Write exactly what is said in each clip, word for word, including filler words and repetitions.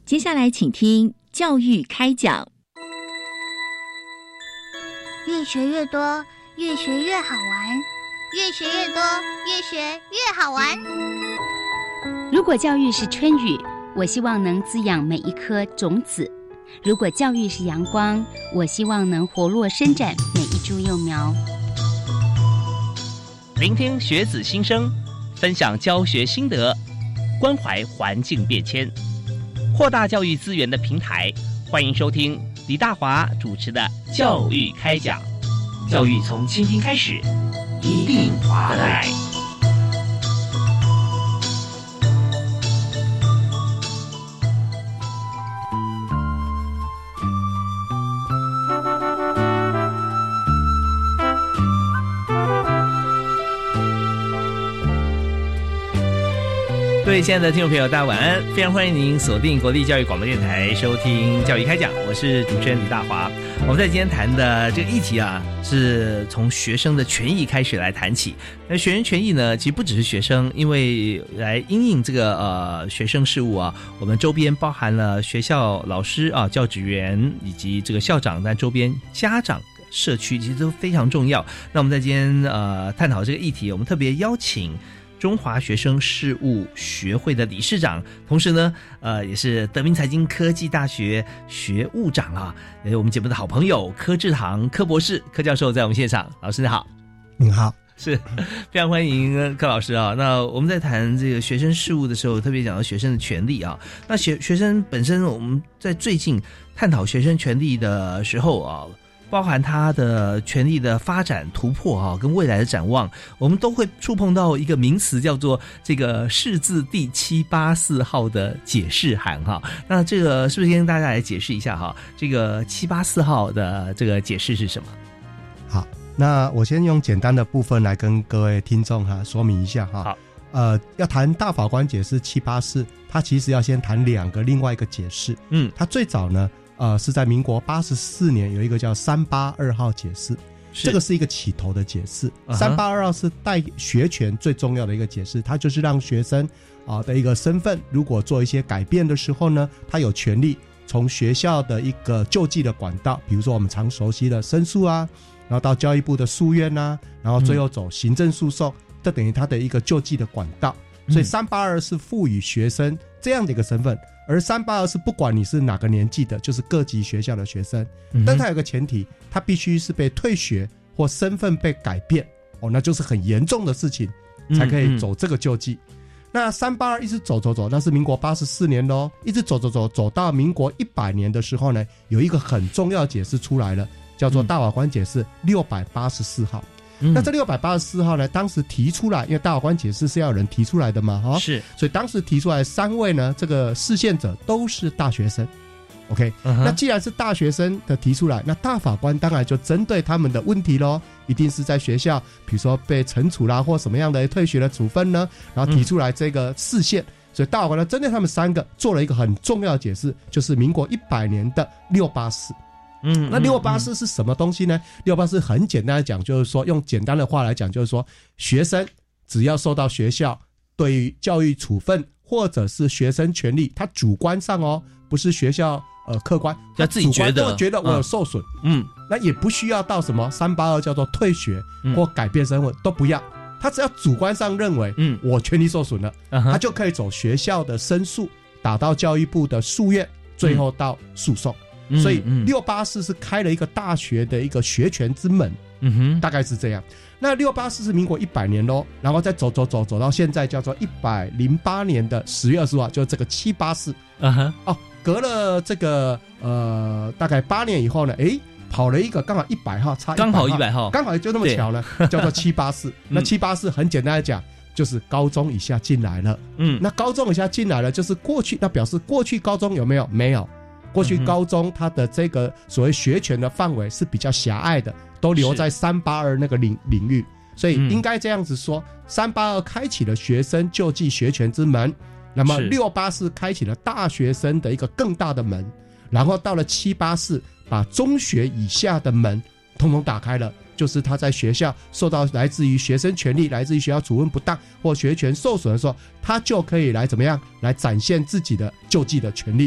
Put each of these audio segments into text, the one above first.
接下来请听教育开讲。 越学越多，越学越好玩，越学越多，越学越好玩。 如果教育是春雨，我希望能滋养每一颗种子；如果教育是阳光，我希望能活络伸展每一株幼苗。 聆听学子心声，分享教学心得，关怀环境变迁，扩大教育资源的平台。欢迎收听李大华主持的教育开讲。教育从倾听开始，一定划得来。各位亲爱的听众朋友，大家晚安！非常欢迎您锁定国立教育广播电台收听教育开讲，我是主持人李大华。我们在今天谈的这个议题啊，是从学生的权益开始来谈起。那学生权益呢，其实不只是学生，因为来因应这个呃学生事务啊，我们周边包含了学校老师啊、教职员以及这个校长，但周边家长、社区其实都非常重要。那我们在今天呃探讨这个议题，我们特别邀请中华学生事务学会的理事长，同时呢，呃，也是德明财经科技大学学务长啊，也是我们节目的好朋友柯志堂柯博士柯教授在我们现场。老师你好。 你好。 是非常欢迎柯老师啊。那我们在谈这个学生事务的时候，特别讲到学生的权利啊。那学学生本身，我们在最近探讨学生权利的时候啊，包含他的权利的发展突破啊，跟未来的展望，我们都会触碰到一个名词，叫做这个释字第七八四号的解释函哈。那这个是不是先跟大家来解释一下哈？这个七八四号的这个解释是什么？ 好，那我先用简单的部分来跟各位听众哈说明一下哈。 好， 呃，要谈大法官解释七八四，它其实要先谈两个另外一个解释。嗯，它最早呢。呃，是在民国八十四年有一个叫三八二号解释，这个是一个起头的解释。三八二号是带学权最重要的一个解释，它就是让学生啊、呃、的一个身份，如果做一些改变的时候呢，他有权利从学校的一个救济的管道，比如说我们常熟悉的申诉啊，然后到教育部的诉愿啊，然后最后走行政诉讼，这等于他的一个救济的管道。所以三八二是赋予学生这样的一个身份。而三八二是不管你是哪个年纪的，就是各级学校的学生，但它有个前提，他必须是被退学或身份被改变哦，那就是很严重的事情才可以走这个救济。嗯嗯那三八二一直走走走，那是民国八十四年咯，一直走走走走到民国一百年的时候呢，有一个很重要解释出来了，叫做大法官解释六百八十四号。嗯、那这六百八十四号呢，当时提出来，因为大法官解释是要有人提出来的嘛，哈，是，所以当时提出来三位呢，这个释宪者都是大学生 ，OK，、uh-huh. 那既然是大学生的提出来，那大法官当然就针对他们的问题咯，一定是在学校，比如说被惩处啦，或什么样的退学的处分呢，然后提出来这个释宪、嗯，所以大法官呢针对他们三个做了一个很重要的解释，就是民国一百年的六八四。嗯，那六八四是什么东西呢？六八四很简单的讲，就是说用简单的话来讲，就是说学生只要受到学校对于教育处分或者是学生权利，他主观上哦，不是学校呃客观， 他自己觉得觉得我有受损，嗯，那也不需要到什么三八二叫做退学或改变身份、嗯、都不要，他只要主观上认为，嗯，我权利受损了、嗯，他就可以走学校的申诉，打到教育部的诉愿，最后到诉讼。嗯所以六八四是开了一个大学的一个学权之门，嗯哼，大概是这样。那六八四是民国一百年咯，然后再走走走走到现在叫做一百零八年的十月二十号，就是这个七八四，嗯哼，哦，隔了这个呃大概八年以后呢，诶，跑了一个刚好一百号，差刚好一百号， 刚好就那么巧了，叫做七八四。那七八四很简单的讲，就是高中以下进来了，嗯，那高中以下进来了，就是过去，那表示过去高中有没有？没有。过去高中它的这个所谓学权的范围是比较狭隘的，都留在三八二那个领领域，所以应该这样子说，三八二开启了学生救济学权之门，那么六八四开启了大学生的一个更大的门，然后到了七八四把中学以下的门统统打开了，就是他在学校受到来自于学生权利，来自于学校处分不当或学权受损的时候，他就可以来怎么样来展现自己的救济的权利。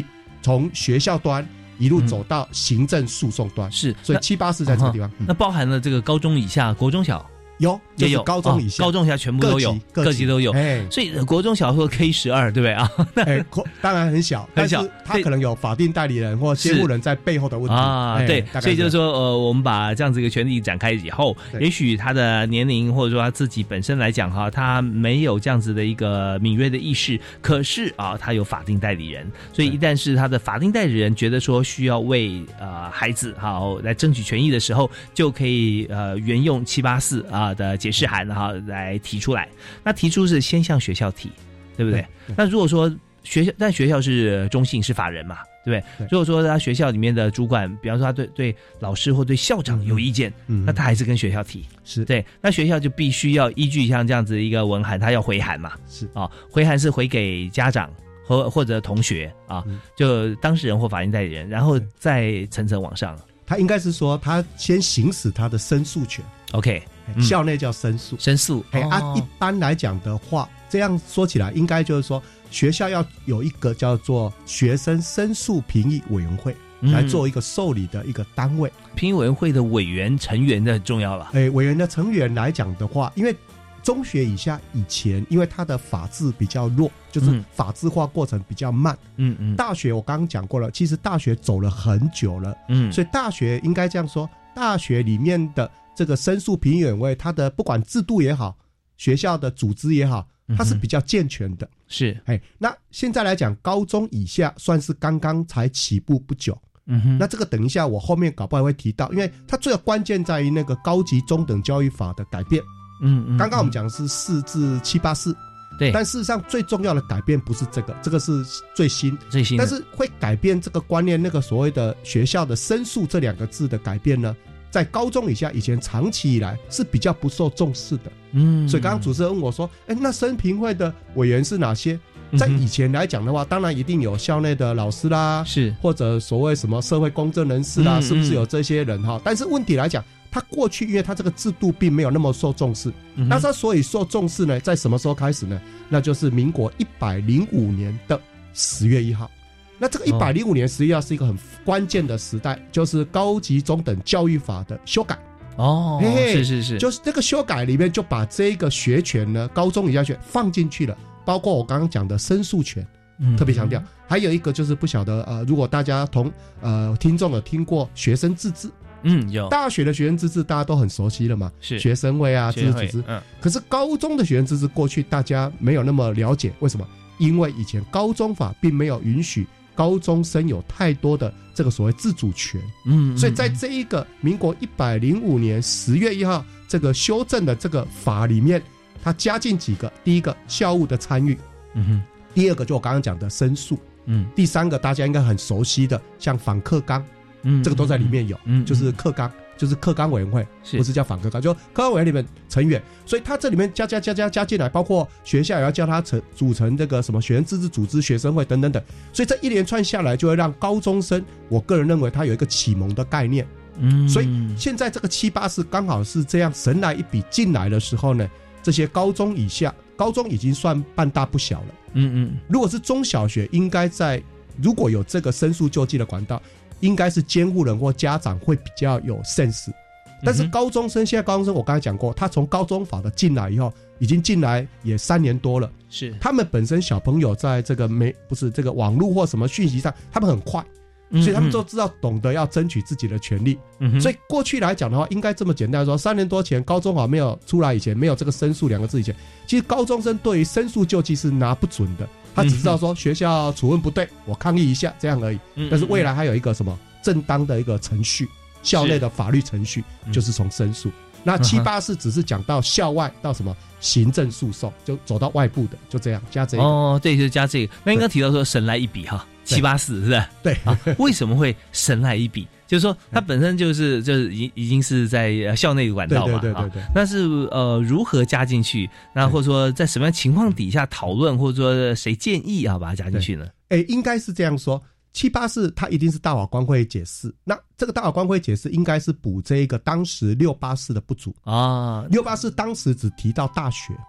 从学校端一路走到行政诉讼端， 嗯、是， 所以七八四在这个地方。 嗯、那包含了这个高中以下、国中小。 有，也有高中以下、 哦，高中以下全部都有，各级, 各级都有。哎，所以国中小或 K 十二，对不对啊？ 哎，当然很小， 很小， 他可能有法定代理人或监护人在背后的问题啊。 哎、 对，所以就是说，呃，我们把这样子一个权利展开以后，也许他的年龄或者说他自己本身来讲哈，他没有这样子的一个敏锐的意识，可是啊，他有法定代理人，所以一旦是他的法定代理人觉得说需要为呃孩子好来争取权益的时候，就可以呃援用七八四啊的解释函。然后来提出来，那提出是先向学校提，对不对？对对，那如果说学校，但学校是中性是法人嘛，对不对？对，如果说他学校里面的主管，比方说他对对老师或对校长有意见，嗯、那他还是跟学校提， 是对，那学校就必须要依据像这样子一个文函，他要回函嘛， 是啊、哦，回函是回给家长或或者同学啊，嗯、就当事人或法定代理人，然后再层层往上。 他应该是说，他先行使他的申诉权。 OK。 校内叫申诉， 申诉。 哎、哦，按、啊、一般来讲的话，这样说起来，应该就是说，学校要有一个叫做学生申诉评议委员会，嗯、来做一个受理的一个单位。 评议委员会的委员成员的很重要了。 哎，委员的成员来讲的话，因为中学以下以前，因为它的法制比较弱，就是法制化过程比较慢。嗯嗯。大学我刚刚讲过了，其实大学走了很久了。嗯。所以大学应该这样说，大学里面的这个申诉评议委员会，它的不管制度也好，学校的组织也好，它是比较健全的。 是， 哎，那现在来讲，高中以下算是刚刚才起步不久。嗯哼，那这个等一下我后面搞不好会提到，因为它最关键在于那个高级中等教育法的改变。嗯嗯，刚刚我们讲的是四至七八四。 对， 但事实上最重要的改变不是这个，这个是最新最新的， 但是会改变这个观念，那个所谓的学校的申诉这两个字的改变呢，在高中以下以前长期以来是比较不受重视的。嗯，所以刚刚主持人问我说，哎，那申评会的委员是哪些？在以前来讲的话，当然一定有校内的老师啦， 是或者所谓什么社会公正人士啦，嗯、是不是有这些人哈？但是问题来讲，他过去因为他这个制度并没有那么受重视，嗯、那他所以受重视呢，在什么时候开始呢？那就是民国一百零五年的十月一号。那这个一百零五年十月一号是一个很关键的时代，就是高级中等教育法的修改。 哦，嘿嘿是是是， 就是这个修改里面就把这个学权呢，高中以下学放进去了。包括我刚刚讲的申诉权，嗯、特别强调。还有一个就是不晓得呃，如果大家同呃听众有听过学生自治， 嗯，有大学的学生自治大家都很熟悉了嘛， 是学生会啊、自治组织。嗯，可是高中的学生自治过去大家没有那么了解，为什么？因为以前高中法并没有允许高中生有太多的这个所谓自主权。嗯，所以在这一个民国一百零五年十月一号这个修正的这个法里面。他加进几个，第一个校务的参与，嗯哼，第二个就我刚刚讲的申诉，嗯，第三个大家应该很熟悉的，像反课纲，嗯，这个都在里面有，嗯，就是课纲，就是课纲委员会，不是叫反课纲，就课纲委员会里面成员，所以他这里面加加加加加进来，包括学校也要叫他成组成这个什么学生自治组织、学生会等等等，所以这一连串下来，就会让高中生，我个人认为他有一个启蒙的概念，嗯，所以现在这个七八四刚好是这样神来一笔进来的时候呢。这些高中以下，高中已经算半大不小了。嗯嗯，如果是中小学，应该在如果有这个申诉救济的管道，应该是监护人或家长会比较有 sense。但是高中生，现在高中生我刚才讲过，他从高中法的进来以后，已经进来也三年多了。 是， 他们本身小朋友在这个没不是这个网络或什么讯息上，他们很快。所以他们都知道懂得要争取自己的权利，嗯、所以过去来讲的话，应该这么简单说：三年多前高中法没有出来以前，没有这个申诉两个字以前，其实高中生对于申诉救济是拿不准的，他只知道说学校处分不对，我抗议一下这样而已。但是未来还有一个什么正当的一个程序，校内的法律程序就是从申诉。那七八四只是讲到校外到什么行政诉讼，就走到外部的，就这样加这个。 哦，对，就是加这个。那应该提到说神来一笔哈。七八四是不是？ 对啊，为什么会神来一笔？就是说，它本身就是就是已已经是在校内管道嘛， 对对对对对。 那是呃如何加进去？那或者说在什么样情况底下讨论，或者说谁建议要把它加进去呢？ 哎，应该是这样说。七八四它一定是大法官会解释，那这个大法官会解释应该是补这一个当时六八四的不足啊。六八四当时只提到大学。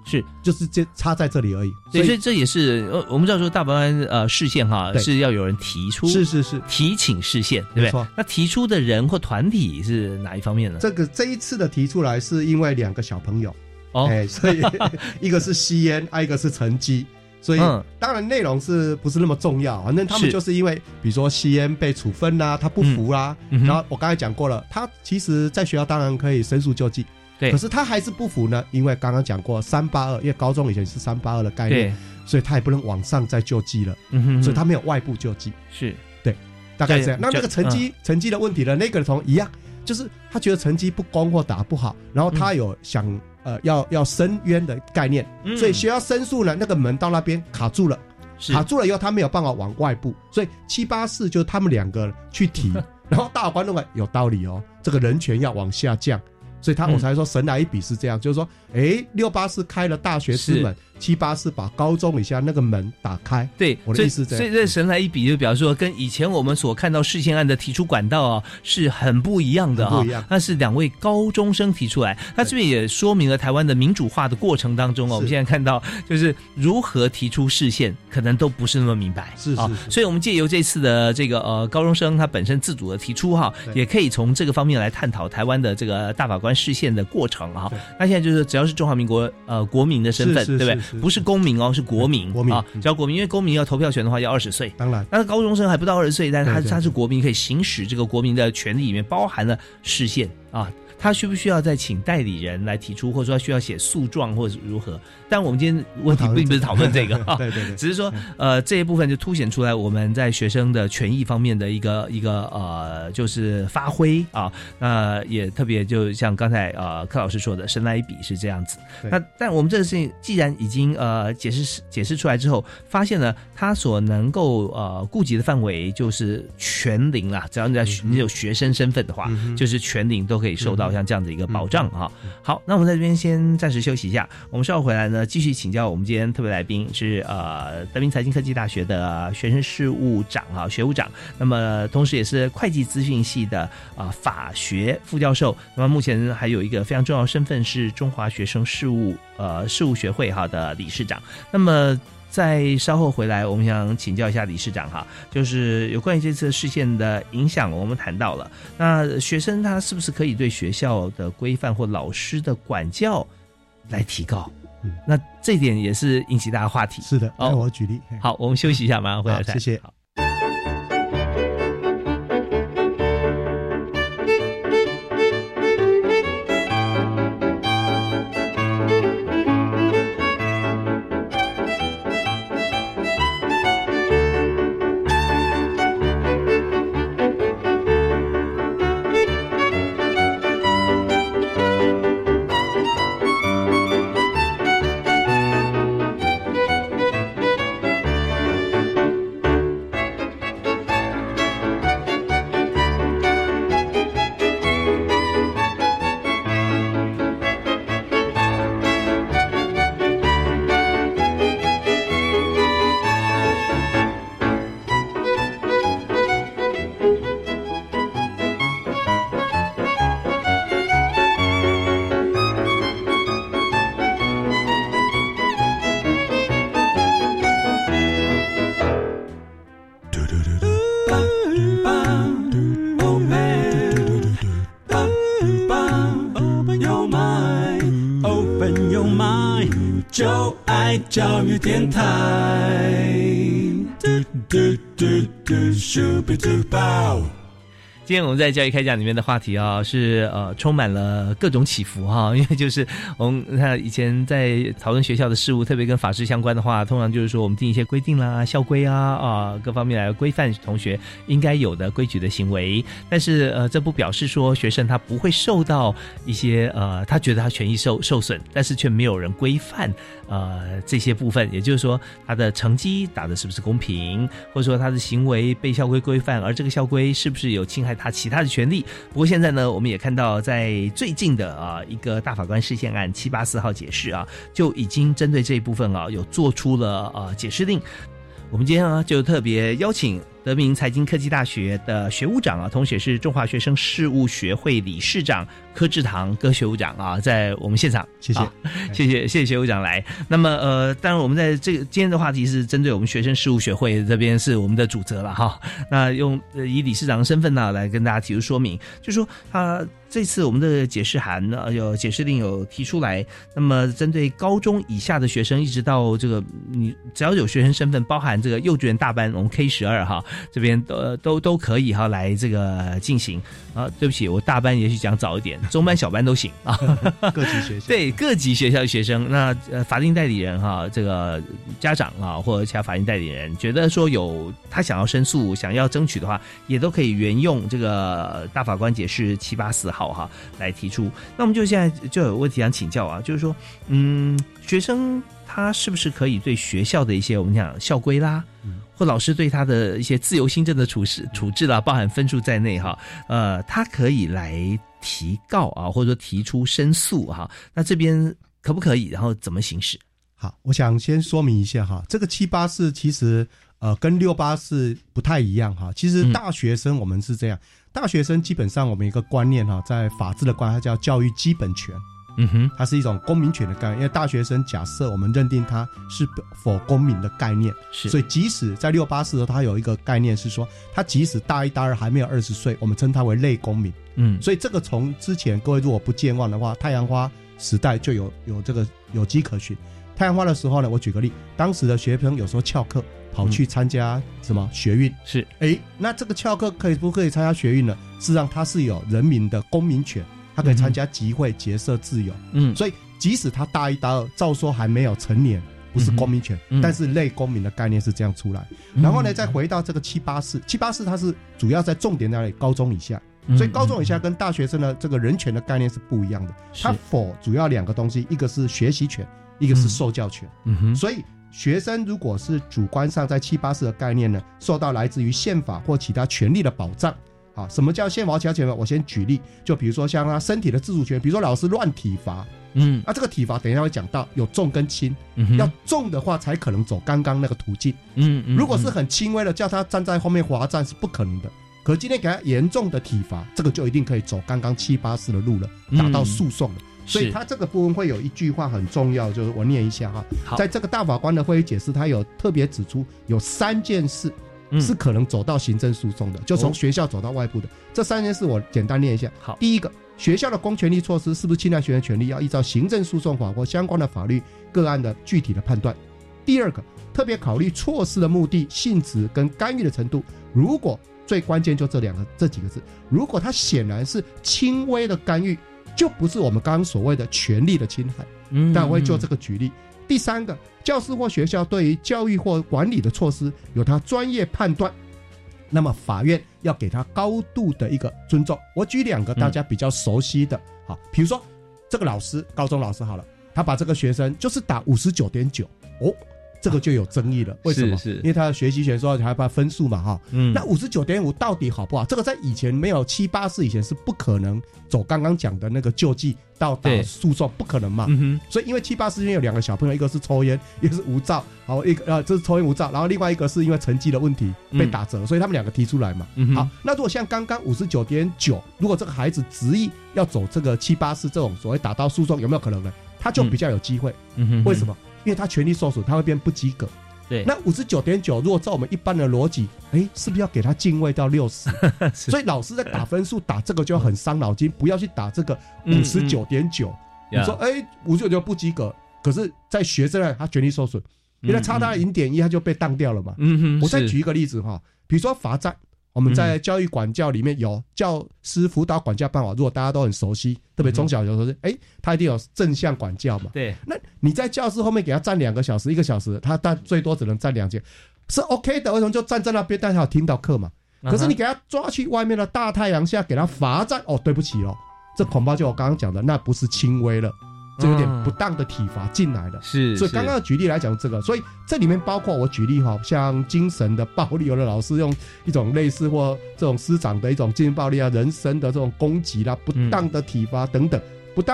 是就是这差在这里而已。 所以所以这也是呃我们知道说大法官呃释宪哈是要有人提出， 是是是提请释宪，对不对？那提出的人或团体是哪一方面呢？ 这个这一次的提出来是因为两个小朋友哦， 哎，所以一个是吸烟，啊一个是成绩。所以、嗯、当然内容是不是那么重要，反正他们就是因为比如说吸烟被处分啦、啊，他不服啦、啊嗯、然后我刚才讲过了，他其实在学校当然可以申诉救济， 对， 可是他还是不服呢，因为刚刚讲过三八二，因为高中以前是三八二的概念，所以他也不能往上再救济了、嗯、哼哼，所以他没有外部救济， 是对，大概这样。那那个成绩、嗯、成绩的问题呢，那个同一样，就是他觉得成绩不公或打不好，然后他有想、嗯呃，要要申冤的概念、嗯，所以学校申诉呢，那个门到那边卡住了，卡住了以后，他没有办法往外部，所以七八四就是他们两个去提，然后大法官认为有道理哦，这个人权要往下降，所以他我才说神来一笔是这样，嗯、就是说，哎，六八四开了大学之门，七八四把高中以下那个门打开， 对， 我的意思是这样。 所以这神来一笔就表示说，跟以前我们所看到释宪案的提出管道啊是很不一样的啊，不一样。那是两位高中生提出来，那这边也说明了台湾的民主化的过程当中啊，我们现在看到就是如何提出释宪，可能都不是那么明白， 是是是、啊。 所以我们借由这次的这个呃高中生他本身自主的提出哈，也可以从这个方面来探讨台湾的这个大法官释宪的过程哈。那现在就是只要是中华民国呃国民的身份，对不对？不是公民哦。是国民， 国民啊，只要国民，因为公民要投票权的话要二十岁， 当然， 但是高中生还不到二十岁，但是他他是国民，可以行使这个国民的权利，里面包含了释宪啊。他需不需要再请代理人来提出，或者说他需要写诉状，或者如何？但我们今天问题并不是讨论这个， 对对对， 只是说呃这一部分就凸显出来我们在学生的权益方面的一个一个呃就是发挥啊。那也特别就像刚才呃柯老师说的，神来一笔是这样子。那但我们这个事情既然已经呃解释解释出来之后，发现了他所能够呃顾及的范围就是全龄啦，只要你在你有学生身份的话，嗯、就是全龄都可以受到像这样的一个保障哈、嗯。好，那我们在这边先暂时休息一下，我们稍后回来呢，继续请教我们今天特别来宾是呃德明财经科技大学的学生事务长啊学务长，那么同时也是会计资讯系的啊、呃、法学副教授，那么目前还有一个非常重要的身份是中华学生事务呃事务学会哈的理事长。那么在稍后回来，我们想请教一下理事长哈，就是有关于这次释宪的影响，我们谈到了，那学生他是不是可以对学校的规范或老师的管教来提高？嗯，那这一点也是引起大家话题。 是的，那我举例。 好，我们休息一下，马上回来谈。 谢谢。好教育电台， 今天我们在教育开讲里面的话题啊，是呃充满了各种起伏哈，因为就是我们看以前在讨论学校的事务，特别跟法制相关的话，通常就是说我们定一些规定啦、校规啊啊各方面来规范同学应该有的规矩的行为。但是呃这不表示说学生他不会受到一些呃他觉得他权益受受损，但是却没有人规范呃这些部分，也就是说他的成绩打的是不是公平，或者说他的行为被校规规范，而这个校规是不是有侵害他其他的权利。不过现在呢，我们也看到在最近的啊一个大法官释宪案七八四号解释啊，就已经针对这一部分啊有做出了啊解释令。我们今天呢就特别邀请德明财经科技大学的学务长啊，同时也是中华学生事务学会理事长柯志堂柯学务长啊，在我们现场， 谢谢， 谢谢谢谢学务长来。那么呃，当然我们在这个今天的话题是针对我们学生事务学会这边是我们的主责了哈。那用、呃、以理事长的身份呢来跟大家提出说明，就是说他。这次我们的解释函呢，有解释令有提出来，那么针对高中以下的学生，一直到这个你只要有学生身份，包含这个幼稚园大班，我们 K 十二 哈，这边都都都可以哈来这个进行啊。对不起，我大班也许讲早一点，中班小班都行啊。 各级学校对各级学校的学生，那呃法定代理人哈，这个家长啊或者其他法定代理人觉得说有他想要申诉、想要争取的话，也都可以沿用这个大法官解释七八四号。哈，来提出。那我们就现在就有问题想请教啊，就是说，嗯，学生他是不是可以对学校的一些我们讲校规啦，嗯、或老师对他的一些自由新政的处事处置啦，包含分数在内哈，呃，他可以来提告啊，或者说提出申诉哈。那这边可不可以？然后怎么行使？ 好，我想先说明一下哈，这个七八四其实呃跟六八四不太一样哈。其实大学生我们是这样。嗯，大学生基本上我们一个观念哈，在法治的观念，它叫教育基本权。嗯哼，它是一种公民权的概念。因为大学生假设我们认定它是否公民的概念，是，所以即使在六八四的时候，它有一个概念是说，它即使大一大二还没有二十岁，我们称它为类公民。嗯，所以这个从之前各位如果不健忘的话，太阳花时代就有有这个有迹可循。太阳花的时候呢，我举个例，当时的学生有时候翘课跑去参加什么学运，是，哎，那这个翘课可以不可以参加学运呢？事实上它是有人民的公民权，他可以参加集会、结社自由。嗯，所以即使他大一大二，照说还没有成年，不是公民权，嗯、但是类公民的概念是这样出来。嗯、然后呢，再回到这个七八四，七八四它是主要在重点在哪里？高中以下。所以高中以下跟大学生的这个人权的概念是不一样的。它否主要两个东西，一个是学习权，一个是受教权。嗯哼，所以学生如果是主观上在七八四的概念呢，受到来自于宪法或其他权利的保障。好，什么叫宪法其他权利？我先举例，就比如说像他身体的自主权，比如说老师乱体罚，嗯，啊，这个体罚等一下会讲到有重跟轻，嗯，要重的话才可能走刚刚那个途径，嗯，嗯，如果是很轻微的，叫他站在后面罚站是不可能的。可是今天给他严重的体罚，这个就一定可以走刚刚七八四的路了，打到诉讼了。嗯，所以他这个部分会有一句话很重要，就是我念一下哈，在这个大法官的会议解释，他有特别指出有三件事是可能走到行政诉讼的，就从学校走到外部的。这三件事我简单念一下。好，第一个，学校的公权力措施是不是侵害学生权利，要依照行政诉讼法或相关的法律个案的具体的判断。第二个，特别考虑措施的目的、性质跟干预的程度。如果最关键就这两个这几个字，如果它显然是轻微的干预，就不是我们刚刚所谓的权利的侵害。嗯，但我会就这个举例。第三个，教师或学校对于教育或管理的措施有他专业判断，那么法院要给他高度的一个尊重。我举两个大家比较熟悉的，好，比如说这个老师，高中老师好了，他把这个学生就是打 五十九点九， 哦，这个就有争议了。为什么？是是因为他的学习权说还怕分数嘛，哈，嗯，那 五十九点五 到底好不好？这个在以前没有七八四以前是不可能走刚刚讲的那个救济到打诉讼，不可能嘛。嗯，所以因为七八四因为有两个小朋友，一个是抽烟，一个是无照，然后一个呃这是抽烟无照，然后另外一个是因为成绩的问题被打折，嗯，所以他们两个提出来嘛。嗯，好，那如果像刚刚 五十九点九， 如果这个孩子执意要走这个七八四这种所谓打到诉讼，有没有可能呢？他就比较有机会。嗯，为什么？因为他权利受损，他会变不及格。对，那 五十九点九 如果照我们一般的逻辑，哎，是不是要给他进位到六十？所以老师在打分数打这个就很伤脑筋，不要去打这个 五十九点九。你说哎 五十九点九 不及格，可是在学生呢他权利受损，因为差他零点一他就被当掉了嘛。嗯，我再举一个例子哈，比如说罚站，我们在教育管教里面有教师辅导管教办法，如果大家都很熟悉，特别中小学熟悉，哎，他一定有正向管教嘛。对，那你在教室后面给他站两个小时、一个小时，他但最多只能站两节，是 OK 的。为什么就站在那边？但他有听到课嘛。可是你给他抓去外面的大太阳下给他罚站，哦，对不起哦，这恐怕就我刚刚讲的，那不是轻微了。这有点不当的体罚进来了，是，所以刚刚举例来讲这个，所以这里面包括我举例哈，像精神的暴力，有的老师用一种类似或这种师长的一种精神暴力啊、人身的这种攻击啦、不当的体罚等等，不但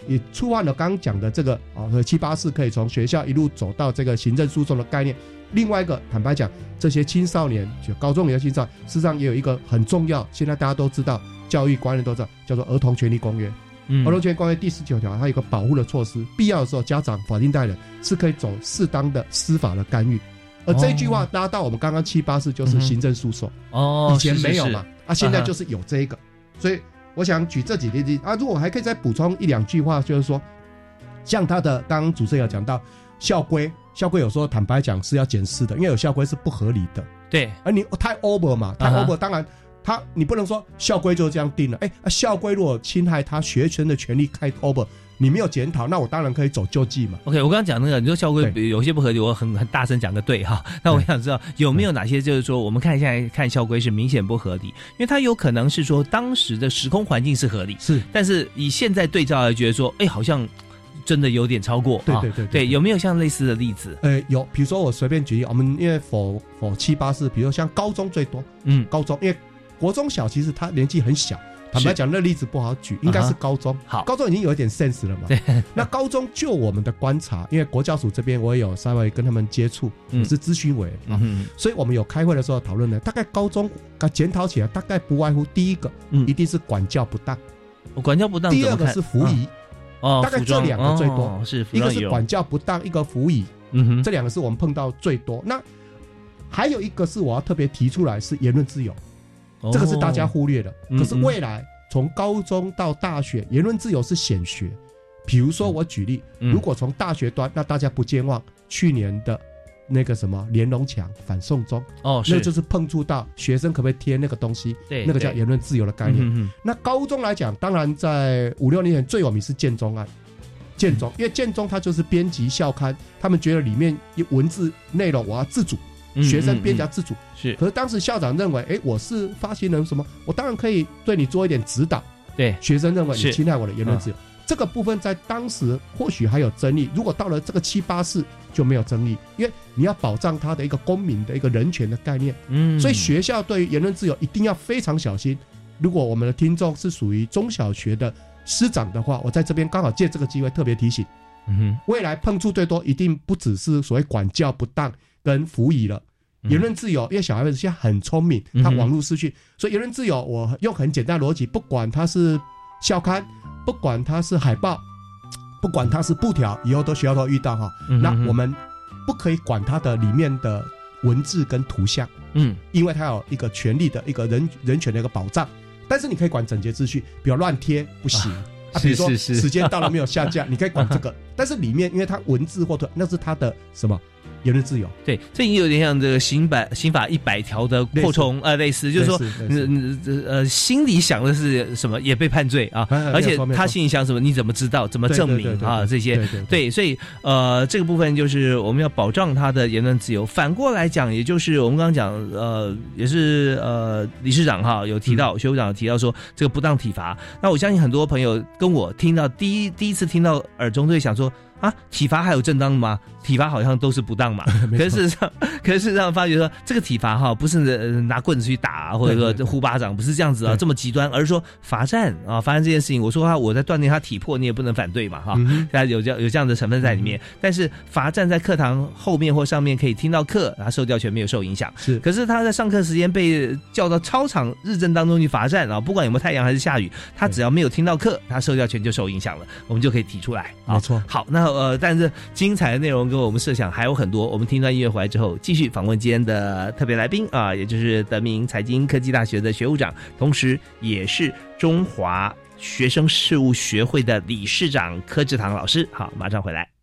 也触犯了刚刚讲的这个啊，和七八四可以从学校一路走到这个行政诉讼的概念。另外一个，坦白讲，这些青少年，就高中里的青少年，事实上也有一个很重要，现在大家都知道，教育观念都知道，叫做《儿童权利公约》。嗯，儿童权利公约第十九条，它有一个保护的措施，必要的时候，家长、法定代理人是可以走适当的司法的干预。而这一句话拉到我们刚刚七八四就是行政诉讼。哦，以前没有嘛，是是是啊，现在就是有这一个。所以我想举这几例子啊，如果还可以再补充一两句话，就是说，像他的刚刚主持人有讲到校规。校规有时候坦白讲是要检视的，因为有校规是不合理的。 对， 而你太 over 嘛，太 over，、uh-huh. 当然他你不能说校规就这样定了。哎、啊，校规如果侵害他学生的权利太 over， 你没有检讨，那我当然可以走救济嘛。 OK， 我刚刚讲那个，你说校规有些不合理，我很很大声讲个对哈。那我想知道有没有哪些就是说，我们看现在看校规是明显不合理，因为它有可能是说当时的时空环境是合理， 是， 但是以现在对照来觉得说，哎，好像。真的有点超过， 对对 对, 对, 对，有没有像类似的例子？ 呃，有，比如说我随便举例，我们因为否否七八四，比如说像高中最多，嗯，高中因为国中小其实他年纪很小，坦白讲那例子不好举，应该是高中，好，高中已经有一点 sense 了嘛。对，那高中就我们的观察，因为国教署这边我也有稍微跟他们接触，我是咨询委啊、嗯，所以我们有开会的时候讨论呢，大概高中检讨起来，大概不外乎第一个，嗯，一定是管教不当， 管教不当， 第二个是服仪。嗯哦，大概这两个最多， 哦、是一个是管教不当，一个服役，嗯哼，这两个是我们碰到最多。那还有一个是我要特别提出来，是言论自由，哦、这个是大家忽略的。可是未来从高中到大学，言论自由是显学。比如说我举例，嗯、如果从大学端，那大家不健忘去年的那个什么连龙墙反送中，哦，那就是碰触到学生可不可以贴那个东西，对，那个叫言论自由的概念。嗯、那高中来讲，当然在五六年前最有名是建中案，建中，因为建中它就是编辑校刊，他们觉得里面文字内容我要自主，嗯、学生编辑要自主，嗯嗯嗯、是。可是当时校长认为，哎，我是发行人什么，我当然可以对你做一点指导。对，学生认为你侵害我的言论自由。这个部分在当时或许还有争议，如果到了这个七八四就没有争议，因为你要保障他的一个公民的一个人权的概念，嗯，所以学校对于言论自由一定要非常小心。如果我们的听众是属于中小学的师长的话，我在这边刚好借这个机会特别提醒，嗯哼，未来碰触最多一定不只是所谓管教不当跟服役了。言论自由，因为小孩子现在很聪明，他网络视讯，所以言论自由我用很简单的逻辑，不管他是校刊，不管它是海报，不管它是布条，以后都学校都遇到哈、嗯。那我们不可以管它的里面的文字跟图像，嗯，因为它有一个权利的一个人人权的一个保障。但是你可以管整洁秩序，比如乱贴不行啊, 啊，比如说时间到了没有下架，你可以管这个。但是里面因为它文字或图，那是它的什么？言论自由，对，这已经有点像这个刑法刑法一百条的扩充，呃，类似，就是说，呃，心里想的是什么也被判罪啊，而且他心里想什么，你怎么知道？怎么证明啊？这些，对，所以呃，这个部分就是我们要保障他的言论自由。反过来讲，也就是我们刚刚讲，呃，也是呃，理事长哈有提到，学务长有提到说这个不当体罚。那我相信很多朋友跟我听到第一第一次听到耳中都会想说。啊，体罚还有正当吗？体罚好像都是不当嘛。可是事实上，可是事实上发觉说，这个体罚哈，不是拿棍子去打，或者说呼巴掌，不是这样子啊，这么极端，而是说罚站啊，罚站这件事情，我说他我在锻炼他体魄，你也不能反对嘛，哈，他、嗯、有这有这样的成分在里面。嗯、但是罚站在课堂后面或上面可以听到课，他受教权没有受影响。是，可是他在上课时间被叫到操场日正当中去罚站啊，不管有没有太阳还是下雨，他只要没有听到课，他受教权就受影响了，我们就可以提出来。没错。好，那。呃，但是精彩的内容跟我们设想还有很多。我们听到音乐回来之后，继续访问今天的特别来宾啊，也就是德明财经科技大学的学务长，同时也是中华学生事务学会的理事长柯志堂老师。好，马上回来。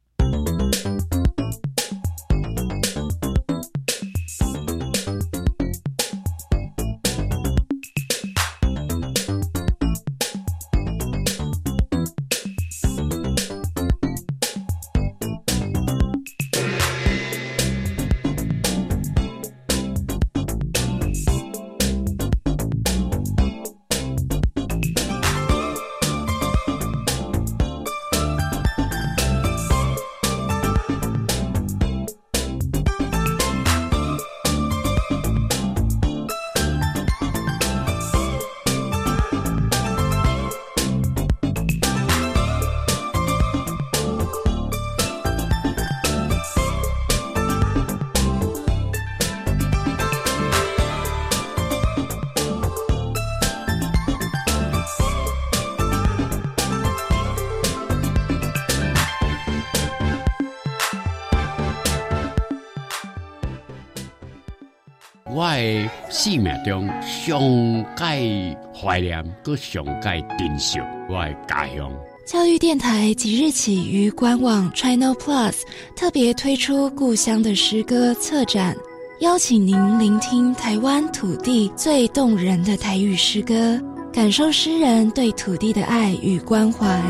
我的生命中上界怀念，搁上界珍惜我的家乡。 教育电台即日起于官网 Channel Plus 特别推出故乡的诗歌策展，邀请您聆听台湾土地最动人的台语诗歌，感受诗人对土地的爱与关怀。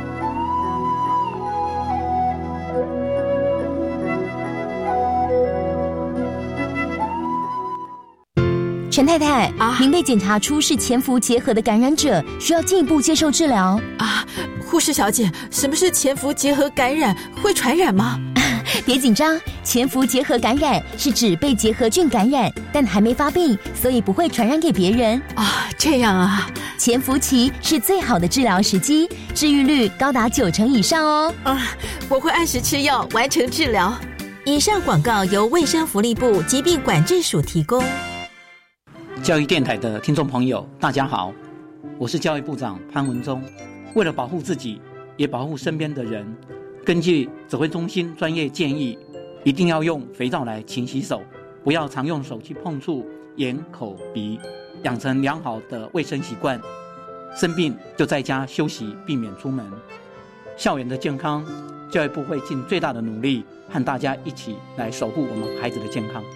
陈太太啊，您被检查出是潜伏结核的感染者，需要进一步接受治疗啊。护士小姐，什么是潜伏结核感染？会传染吗？ 别紧张，潜伏结核感染是指被结核菌感染，但还没发病，所以不会传染给别人啊。这样啊， 潜伏期是最好的治疗时机，治愈率高达九成以上哦。 啊，我会按时吃药，完成治疗。以上广告由卫生福利部疾病管制署提供。 教育电台的听众朋友，大家好，我是教育部长潘文忠。为了保护自己，也保护身边的人，根据指挥中心专业建议，一定要用肥皂来勤洗手，不要常用手去碰触眼、口、鼻，养成良好的卫生习惯。生病就在家休息，避免出门。校园的健康，教育部会尽最大的努力，和大家一起来守护我们孩子的健康。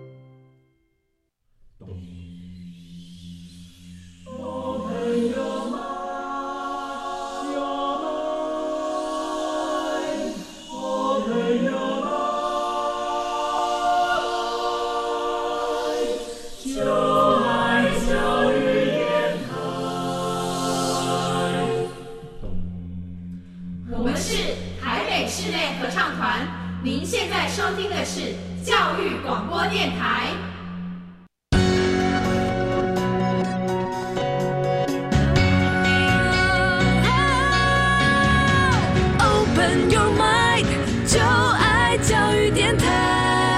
您现在收听的是教育广播电台。Open your mind， 就爱教育电台。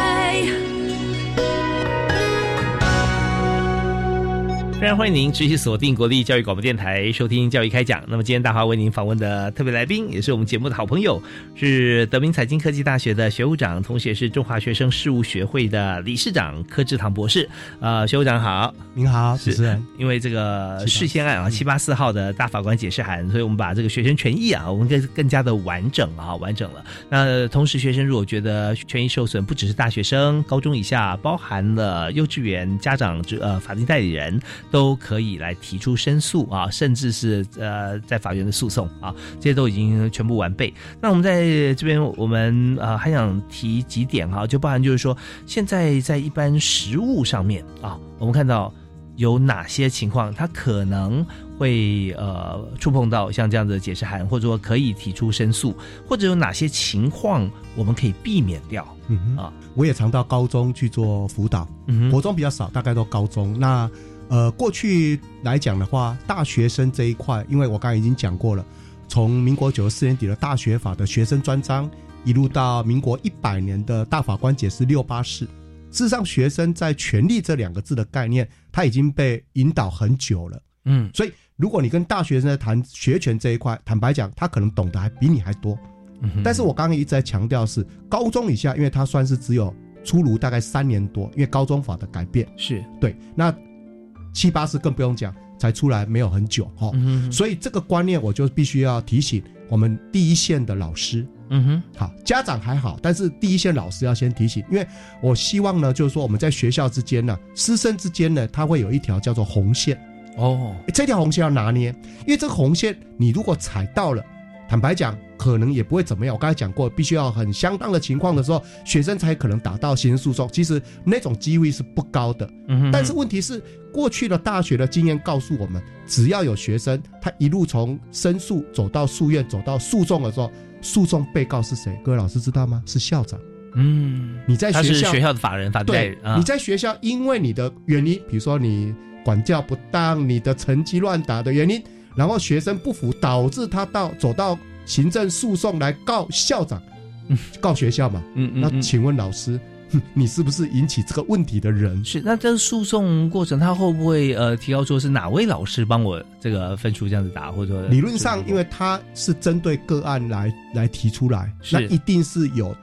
非常欢迎您持续锁定国立教育广播电台收听教育开讲。那么今天大华为您访问的特别来宾，也是我们节目的好朋友，是德明财经科技大学的学务长，同时也是中华学生事务学会的理事长柯志堂博士。呃，学务长好。 您好，主持人。 因为这个释宪案啊，七八四号的大法官解释函，所以我们把这个学生权益啊，我们更更加的完整啊，完整了。那同时，学生如果觉得权益受损，不只是大学生，高中以下，包含了幼稚园家长呃法定代理人。都可以来提出申诉啊，甚至是呃在法院的诉讼啊，这些都已经全部完备。那我们在这边，我们呃还想提几点哈、啊，就包含就是说，现在在一般实务上面啊，我们看到有哪些情况，它可能会呃触碰到像这样的解释函，或者说可以提出申诉，或者有哪些情况我们可以避免掉。 嗯啊，我也常到高中去做辅导，嗯，国中比较少，大概都高中。那呃，过去来讲的话，大学生这一块，因为我刚才已经讲过了，从民国九十四年底的大学法的学生专章，一路到民国一百年的大法官解释六八四，事实上，学生在权利这两个字的概念，他已经被引导很久了。嗯，所以如果你跟大学生在谈学权这一块，坦白讲，他可能懂得还比你还多。嗯，但是我刚刚一直在强调是高中以下，因为他算是只有出炉大概三年多，因为高中法的改变是对那。七八十更不用讲，才出来没有很久哈、哦嗯，所以这个观念我就必须要提醒我们第一线的老师，嗯哼，好，家长还好，但是第一线老师要先提醒，因为我希望呢，就是说我们在学校之间呢，师生之间呢，它会有一条叫做红线哦，这条红线要拿捏，因为这个红线你如果踩到了，坦白讲，可能也不会怎么样。我刚才讲过，必须要很相当的情况的时候，学生才可能打到刑事诉讼。其实那种机会是不高的。嗯，但是问题是，过去的大学的经验告诉我们，只要有学生他一路从申诉走到诉愿，走到诉讼的时候，诉讼被告是谁？各位老师知道吗？是校长。嗯，你在学校，他是学校的法人，法对、 啊，你在学校，因为你的原因，比如说你管教不当，你的成绩乱打的原因。然后学生不服，导致他到走到行政诉讼来告校长，嗯、告学校嘛。嗯嗯。那请问老师，你是不是引起这个问题的人？ 是。那这个诉讼过程，他会不会呃提到说是哪位老师帮我这个分数这样子打，或者说理论上，因为他是针对个案来来提出来，那一定是有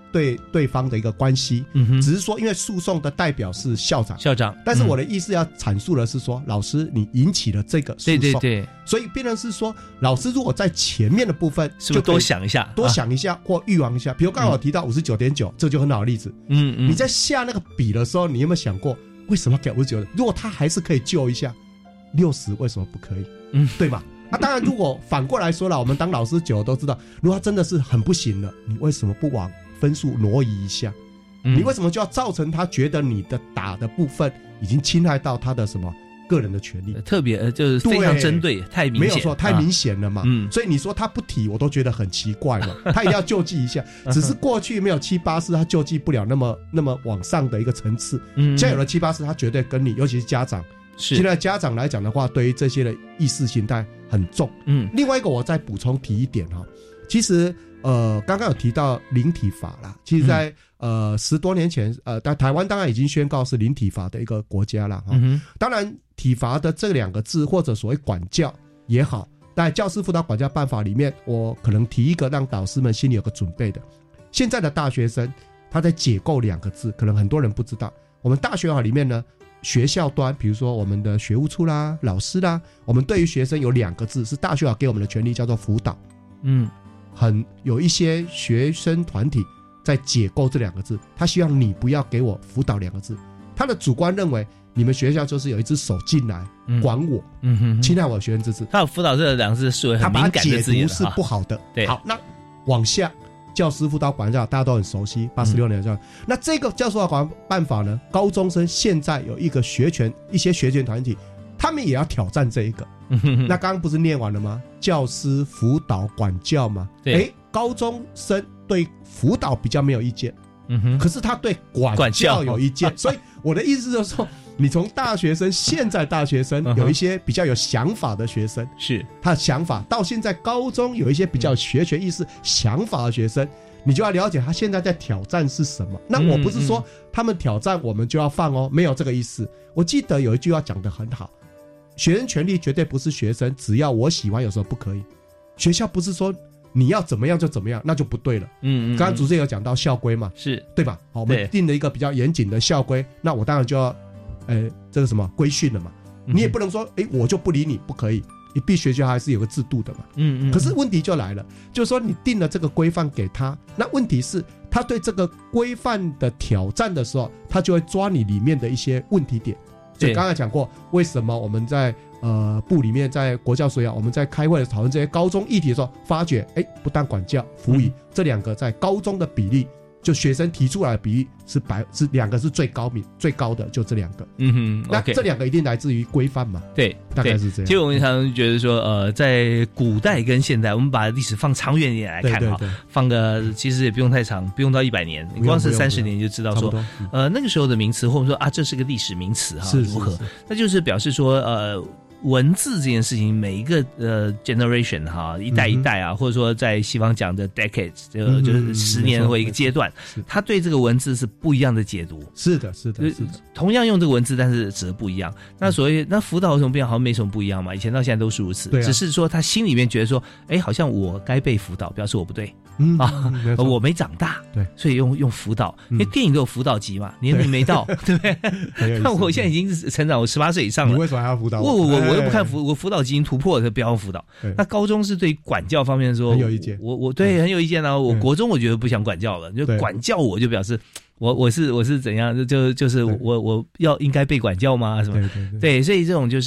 对对方的一个关系， 嗯、 只是说因为诉讼的代表是校长， 校长， 但是我的意思要阐述的是说，嗯、老师你引起了这个诉讼， 对对对， 所以变成是说，老师如果在前面的部分是不是多想一下， 多想一下、啊、或预防一下，比如刚刚我提到五十九点九，这就很好的例子， 嗯嗯， 你在下那个笔的时候，你有没有想过为什么要给五十九？如果他还是可以救一下，六十为什么不可以？ 嗯， 对吧？那、啊、当然，如果反过来说了，我们当老师久了都知道，如果他真的是很不行了，你为什么不往分数挪移一下？嗯、你为什么就要造成他觉得你的打的部分已经侵害到他的什么个人的权利？ 特别就是非常针对，太明显， 没有错，太明显了嘛。 嗯， 所以你说他不提，我都觉得很奇怪了。他一定要救济一下，只是过去没有七八四，他救济不了那么那么往上的一个层次。嗯，现在有了七八四，他绝对跟你，尤其是家长。 是现在家长来讲的话，对于这些的意识形态很重。 嗯， 另外一个我再补充提一点哈，其实呃刚刚有提到零体罚啦，其实在、嗯、呃十多年前呃在台湾当然已经宣告是零体罚的一个国家了哈、嗯。当然体罚的这两个字或者所谓管教也好，在教师辅导管教办法里面，我可能提一个让导师们心里有个准备的。现在的大学生他在解构两个字，可能很多人不知道，我们大学法里面呢。学校端，比如说我们的学务处啦、老师啦，我们对于学生有两个字是大学法给我们的权利，叫做辅导。 嗯， 很有一些学生团体在解构这两个字，他希望你不要给我辅导两个字，他的主观认为你们学校就是有一只手进来管我， 嗯哼， 侵害我的学生自治。 他有辅导这两个字视为很敏感的字眼， 他把它解读是不好的。 对， 好，那往下。教师辅导管教大家都很熟悉，八十六年的、嗯、那这个教师辅导管教办法呢，高中生现在有一个学权，一些学权团体，他们也要挑战这一个。那刚刚不是念完了吗？教师辅导管教嘛，哎，高中生对辅导比较没有意见， 嗯哼， 可是他对管教有意见，所以我的意思就是说。你从大学生，现在大学生有一些比较有想法的学生， 是他的想法，到现在高中有一些比较有学权意识、想法的学生，你就要了解他现在在挑战是什么。那我不是说他们挑战我们就要放哦，没有这个意思。我记得有一句话讲得很好，学生权利绝对不是学生只要我喜欢，有时候不可以。学校不是说你要怎么样就怎么样，那就不对了。 嗯嗯， 刚刚主持人有讲到校规嘛， 是对吧？好，我们定了一个比较严谨的校规，那我当然就要。呃，这个什么规训了嘛？你也不能说，哎，我就不理你，不可以。你必学校还是有个制度的嘛。 嗯嗯。 可是问题就来了，就是说你定了这个规范给他，那问题是，他对这个规范的挑战的时候，他就会抓你里面的一些问题点。所以刚才讲过，为什么我们在呃部里面，在国教所啊，我们在开会的讨论这些高中议题的时候，发觉，哎，不但管教、辅以、嗯、这两个在高中的比例。就学生提出来的比例是百是两个是最高明最高的，就这两个。 嗯哼， 那这两个一定来自于规范嘛？ 对， 大概是这样。 其实我们常常觉得说，呃，在古代跟现代，我们把历史放长远一点来看哈，放个其实也不用太长，不用到一百年，你光是三十年你就知道说，呃，那个时候的名词，或者说啊，这是个历史名词哈，如何？那就是表示说，呃。文字这件事情，每一个呃 generation 哈，一代一代啊，嗯、或者说在西方讲的 decades， 就、嗯、就是十年或一个阶段，他对这个文字是不一样的解读。 是的，是的，是的。 同样用这个文字，但是指的不一样。那所谓那辅导有什么不一样？好像没什么不一样嘛。以前到现在都是如此， 对啊、 只是说他心里面觉得说，哎，好像我该被辅导，表示我不对。 嗯啊，我没长大， 对， 所以用用辅导，因为电影都有辅导级嘛，年龄没到，对不对？那我现在已经成长，我十八岁以上了， 你为什么还要辅导我？ 我我我又不看辅，我辅导级已经突破了，不要辅导。那高中是对管教方面说很有意见， 我我对很有意见啊。我国中我觉得不想管教了，就管教我就表示我我是我是怎样，就就是我我要应该被管教吗？什么？ 对对对，所以这种就是。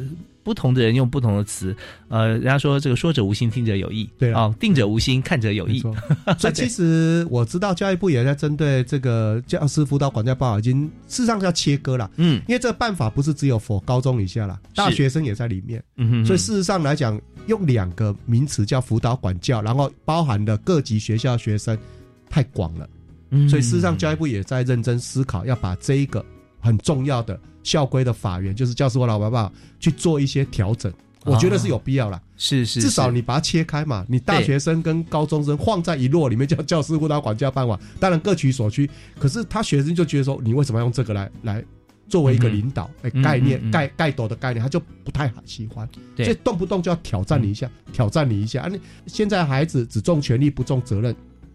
不同的人用不同的词，呃，人家说这个说者无心，听者有意， 对啊、 哦，定者无心，看者有意。 所以其实我知道教育部也在针对这个教师辅导管教办法，已经事实上要切割了， 嗯， 因为这个办法不是只有 for 高中以下啦，大学生也在里面， 嗯哼哼， 所以事实上来讲，用两个名词叫辅导管教，然后包含的各级学校学生太广了，嗯，所以事实上教育部也在认真思考，要把这一个很重要的。校规的法源就是教师辅导管教办法去做一些调整，我觉得是有必要啦。 是是， 至少你把它切开嘛，你大学生跟高中生放在一摞里面叫教师辅导管教办法，当然各取所需。可是他学生就觉得说，你为什么要用这个来来作为一个领导、嗯、概念、嗯嗯、盖盖斗的概念，他就不太喜欢，所以动不动就要挑战你一下，嗯、挑战你一下。啊，你现在孩子只重权利不重责任。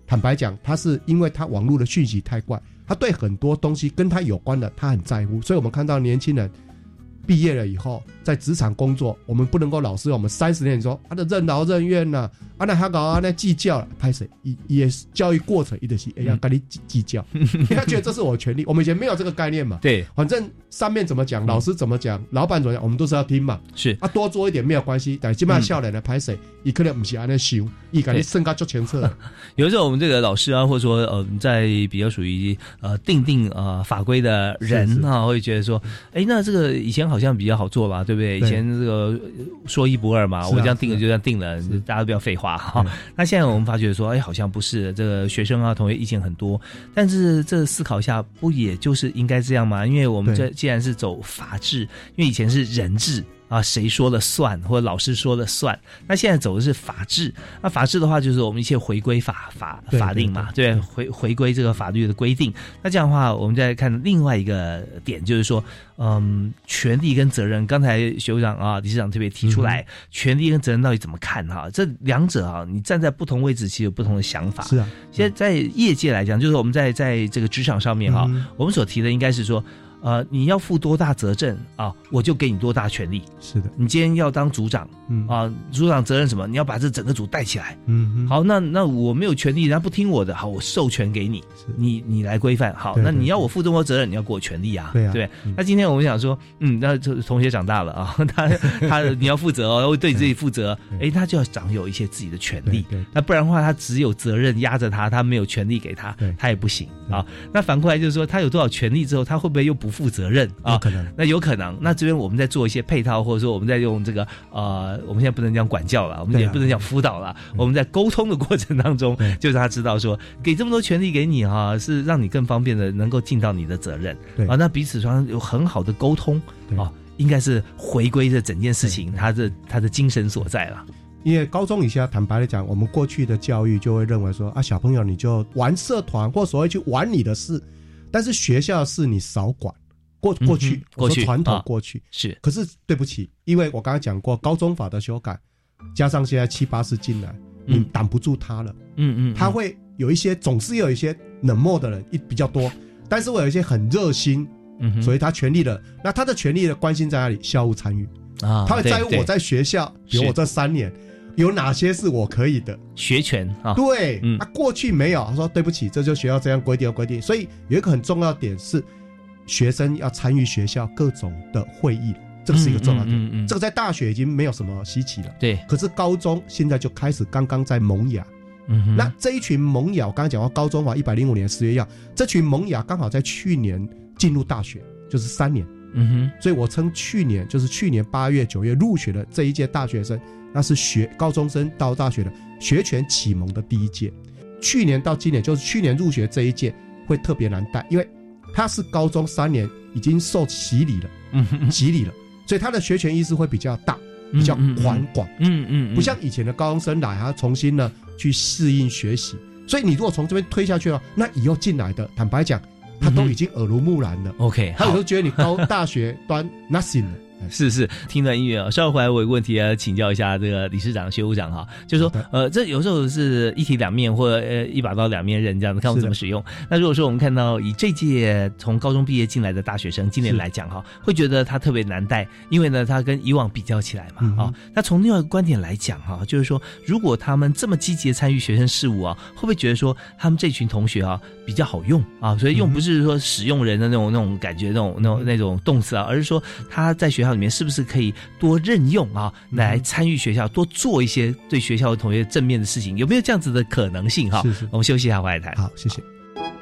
坦白讲，他是因为他网络的讯息太快，他对很多东西跟他有关的他很在乎，所以我们看到年轻人毕业了以后在职场工作，我们不能够老是我们三十年说他的任劳任怨呐、啊，啊那他搞啊那计较了，拍谁也是教育过程一直是要跟你计较，因为他觉得这是我的权利，我们以前没有这个概念嘛， 对， 反正上面怎么讲，老师怎么讲，老板怎么讲，我们都是要听嘛， 是啊多做一点没有关系，但基本上笑脸来拍谁，伊可能不是安尼想，伊感觉身高足清澈。 有的时候我们这个老师啊，或者说呃在比较属于呃定定呃法规的人啊，会觉得说，哎，那这个以前好像比较好做吧，对不对？以前这个说一不二嘛，我这样定了就这样定了，大家都不要废话哈。那现在我们发觉说，哎，好像不是，这个学生啊同学意见很多，但是这思考一下，不也就是应该这样吗？因为我们这既然是走法治，因为以前是人治。啊，谁说了算，或者老师说了算？那现在走的是法治，那法治的话，就是我们一切回归法法法令嘛，对，回回归这个法律的规定。那这样的话，我们再看另外一个点，就是说，嗯，权利跟责任。刚才学务长啊、理事长特别提出来，嗯、权利跟责任到底怎么看哈？这两者啊，你站在不同位置，其实有不同的想法。 是啊， 现在在业界来讲，就是我们在在这个职场上面哈、嗯，我们所提的应该是说。呃，你要负多大责任啊，我就给你多大权利。 是的， 你今天要当组长，嗯啊，组长责任什么？你要把这整个组带起来。嗯，好，那那我没有权利，人家不听我的，好，我授权给你，你你来规范。好，那你要我负这么多责任，你要给我权利啊。对啊，对。嗯、那今天我们想说，嗯，那同学长大了啊，他他你要负责哦，要对自己负责，哎，他就要掌有一些自己的权利。对，那不然的话，他只有责任压着他，他没有权利给他，他也不行啊。那反过来就是说，他有多少权利之后，他会不会又不负责任啊？ 有可能， 那有可能。那这边我们在做一些配套，或者说我们在用这个呃，我们现在不能讲管教了，我们也不能讲辅导了，我们在沟通的过程当中，就让他知道说，给这么多权利给你哈、啊，是让你更方便的能够尽到你的责任啊。那彼此双方有很好的沟通啊，应该是回归这整件事情他的他的精神所在了。 因为高中以下，坦白的讲，我们过去的教育就会认为说啊，小朋友你就玩社团或所谓去玩你的事。但是学校的事你少管，过过去，嗯、过去传统过去、啊、 是。 可是对不起，因为我刚才讲过高中法的修改，加上现在七八四进来，你挡不住他了。嗯嗯，他会有一些，总是有一些冷漠的人比较多，但是会有一些很热心，嗯，所以他权利的，那他的权利的关心在哪里？校务参与啊，他会在乎我在学校，比如我这三年。有哪些是我可以的学权啊？ 对，嗯，啊，过去没有，他说对不起，这就学校这样规定规定。所以有一个很重要的点是，学生要参与学校各种的会议，这个是一个重要点。嗯嗯嗯嗯、这个在大学已经没有什么稀奇了， 对。 可是高中现在就开始刚刚在萌芽。嗯，那这一群萌芽，我刚才讲过高中法一百零五年十月要，这群萌芽刚好在去年进入大学，就是三年。嗯哼，所以我称去年就是去年八月九月入学的这一届大学生。那是学高中生到大学的学权启蒙的第一届，去年到今年就是去年入学这一届会特别难带，因为他是高中三年已经受洗礼了，嗯，洗礼了，所以他的学权意识会比较大，比较宽广，嗯 嗯, 嗯，不像以前的高中生来，他重新呢去适应学习，所以你如果从这边推下去了，那以后进来的，坦白讲，他都已经耳濡目染了。 OK， 他有时候觉得你高大学端 nothing 了。 是是，听段音乐啊，稍后回来我有个问题要请教一下这个理事长、学务长哈，就是说，呃，这有时候是一体两面或者呃一把刀两面刃这样子，看我们怎么使用。那如果说我们看到以这届从高中毕业进来的大学生，今年来讲哈，会觉得他特别难带，因为呢，他跟以往比较起来嘛，啊、嗯，那从另外一个观点来讲哈，就是说，如果他们这么积极的参与学生事务啊，会不会觉得说他们这群同学啊比较好用啊？所以用不是说使用人的那种那种感觉那种那种那种动词啊，而是说他在学校里面是不是可以多任用啊，来参与学校，多做一些对学校的同学正面的事情，有没有这样子的可能性哈？ 是是， 我们休息一下，回来谈。 好，谢谢。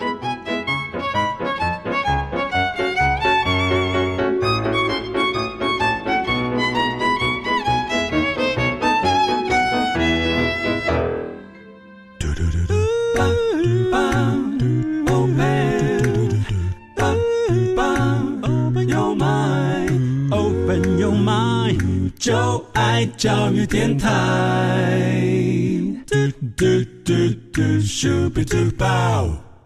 就爱教育电台。嘟嘟嘟嘟，咻比嘟爆。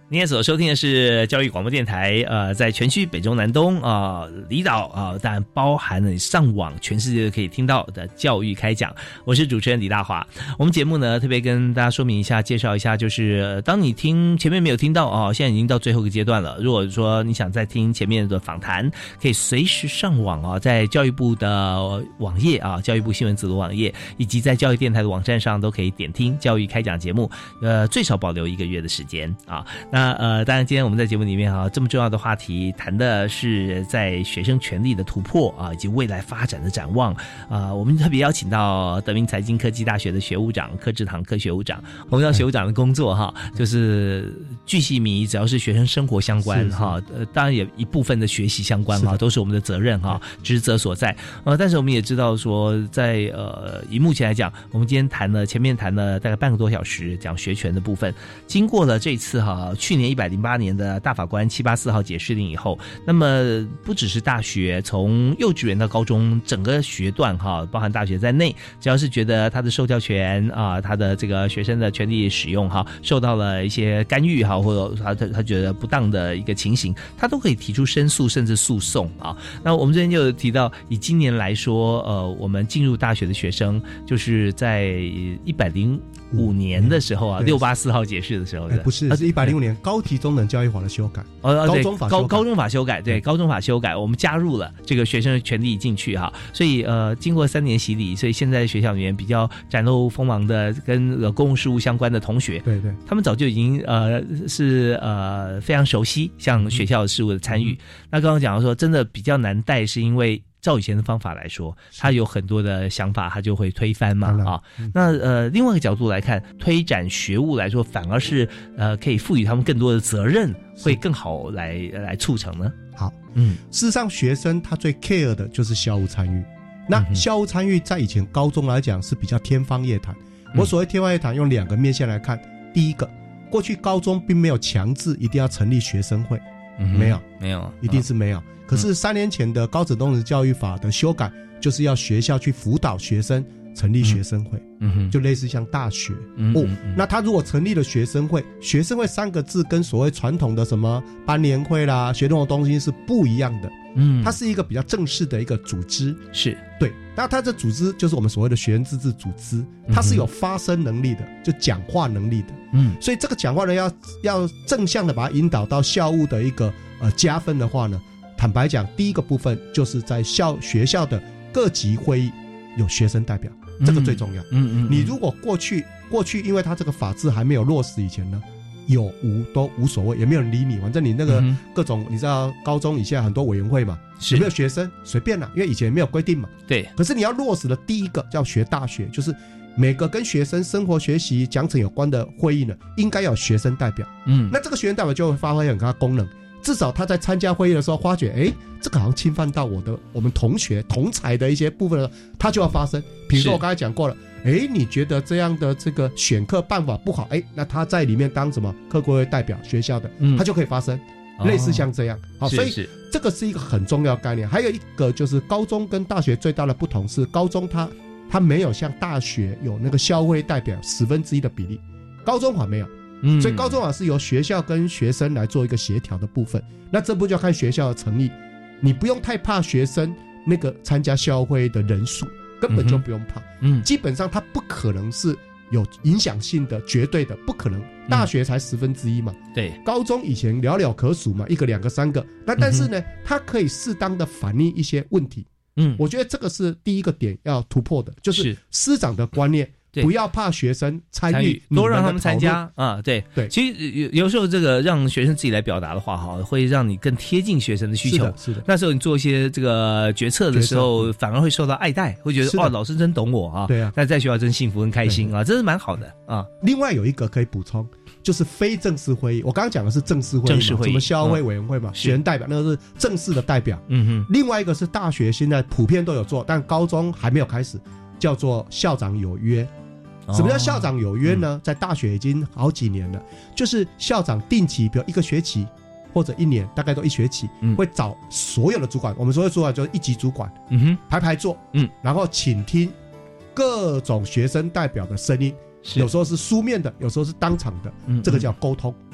您所收听的是教育广播电台，呃，在全区北中南东啊、呃、离岛啊、呃，当然包含了上网全世界都可以听到的教育开讲。我是主持人李大华。我们节目呢特别跟大家说明一下，介绍一下，就是当你听前面没有听到啊、哦，现在已经到最后一个阶段了。如果说你想再听前面的访谈，可以随时上网啊，在教育部的网页啊，教育部新闻子的网页，以及在教育电台的网站上都可以点听教育开讲节目。呃，最少保留一个月的时间啊。那那呃，当然，今天我们在节目里面啊，这么重要的话题谈的是在学生权利的突破啊，以及未来发展的展望啊。我们特别邀请到德明财经科技大学的学务长柯志堂柯学务长。我们知道学务长的工作哈，就是巨细靡遗，只要是学生生活相关哈，呃，当然也一部分的学习相关哈，都是我们的责任哈，职责所在。呃，但是我们也知道说，在呃以目前来讲，我们今天谈了前面谈了大概半个多小时讲学权的部分，经过了这次哈。去年一百零八年的大法官七八四号解释令以后，那么不只是大学，从幼稚园到高中整个学段哈，包含大学在内，只要是觉得他的受教权啊，他的这个学生的权利使用哈，受到了一些干预哈，或者他他他觉得不当的一个情形，他都可以提出申诉甚至诉讼啊。那我们这边就有提到，以今年来说，呃，我们进入大学的学生，就是在一百零五年的时候啊，六八四号解释的时候的， 哎、不是，是一百零五年高级中等教育法的修改， 哦， 高中法修改高高中法修改，对，高中法修改，我们加入了这个学生的权利进去哈，所以呃，经过三年洗礼，所以现在学校里面比较崭露锋芒的，跟、呃、公共事务相关的同学， 对对， 他们早就已经呃是呃非常熟悉像学校事务的参与。嗯、那刚刚讲到说，真的比较难带，是因为。照以前的方法来说，他有很多的想法，他就会推翻嘛啊。嗯、那呃，另外一个角度来看，推展学务来说，反而是呃可以赋予他们更多的责任，会更好来来促成呢。 好，嗯，事实上，学生他最 care 的就是校务参与。那校务参与在以前高中来讲是比较天方夜谭。我所谓天方夜谭，用两个面向来看。第一个，过去高中并没有强制一定要成立学生会，嗯、没有， 没有， 一定是没有。可是三年前的高等中等教育法的修改，就是要学校去辅导学生成立学生会，嗯哼，就类似像大学，嗯哦，那他如果成立了学生会，学生会三个字跟所谓传统的什么班联会啦、学动的东西是不一样的，嗯，它是一个比较正式的一个组织， 是对，那它这组织就是我们所谓的学生自治组织，它是有发声能力的，就讲话能力的，嗯，所以这个讲话呢要要正向的把它引导到校务的一个呃加分的话呢。坦白讲，第一个部分就是在校学校的各级会议有学生代表，这个最重要。嗯 嗯, 嗯，你如果过去过去，因为他这个法制还没有落实以前呢，有无都无所谓，也没有人理你，反正你那个各种，你知道高中以下很多委员会嘛，有没有学生随便啦，因为以前没有规定嘛。对。可是你要落实的第一个叫学大学，就是每个跟学生生活学习奖惩有关的会议呢，应该要有学生代表。嗯，那这个学生代表就会发挥很大的功能。至少他在参加会议的时候发觉，哎，这个好像侵犯到我的我们同学同才的一些部分了，他就要发声。比如说我刚才讲过了，哎，你觉得这样的这个选课办法不好，哎，那他在里面当什么课规会代表学校的，嗯、他就可以发声，哦、类似像这样。好，所以这个是一个很重要的概念。还有一个就是高中跟大学最大的不同是，高中它它没有像大学有那个校会代表十分之一的比例，高中法没有。嗯，所以高中法是由学校跟学生来做一个协调的部分，那这不就要看学校的诚意，你不用太怕学生那个参加校会的人数，根本就不用怕，嗯，基本上它不可能是有影响性的绝对的，不可能，大学才十分之一嘛，嗯、对，高中以前寥寥可数嘛，一个两个三个，那但是呢，它可以适当的反映一些问题，嗯，我觉得这个是第一个点要突破的，就是师长的观念。不要怕学生参与， 多让他们参加啊！对对，其实有有时候这个让学生自己来表达的话，哈，会让你更贴近学生的需求。是的，是的。那时候你做一些这个决策的时候，反而会受到爱戴，会觉得哦，老师真懂我啊！对啊，那在学校真幸福、很开心啊，这是蛮好的啊。 另外有一个可以补充，就是非正式会议。我刚刚讲的是正式会议，正式会议，什么校会委员会嘛，学生代表那个是正式的代表。嗯哼。另外一个是大学现在普遍都有做，但高中还没有开始，叫做校长有约。什么叫校长有约呢？在大学已经好几年了，就是校长定期，比如一个学期或者一年，大概都一学期，嗯、会找所有的主管，我们所有主管就是一级主管，嗯哼，排排坐，嗯，然后倾听各种学生代表的声音，有时候是书面的，有时候是当场的，嗯、这个叫沟通。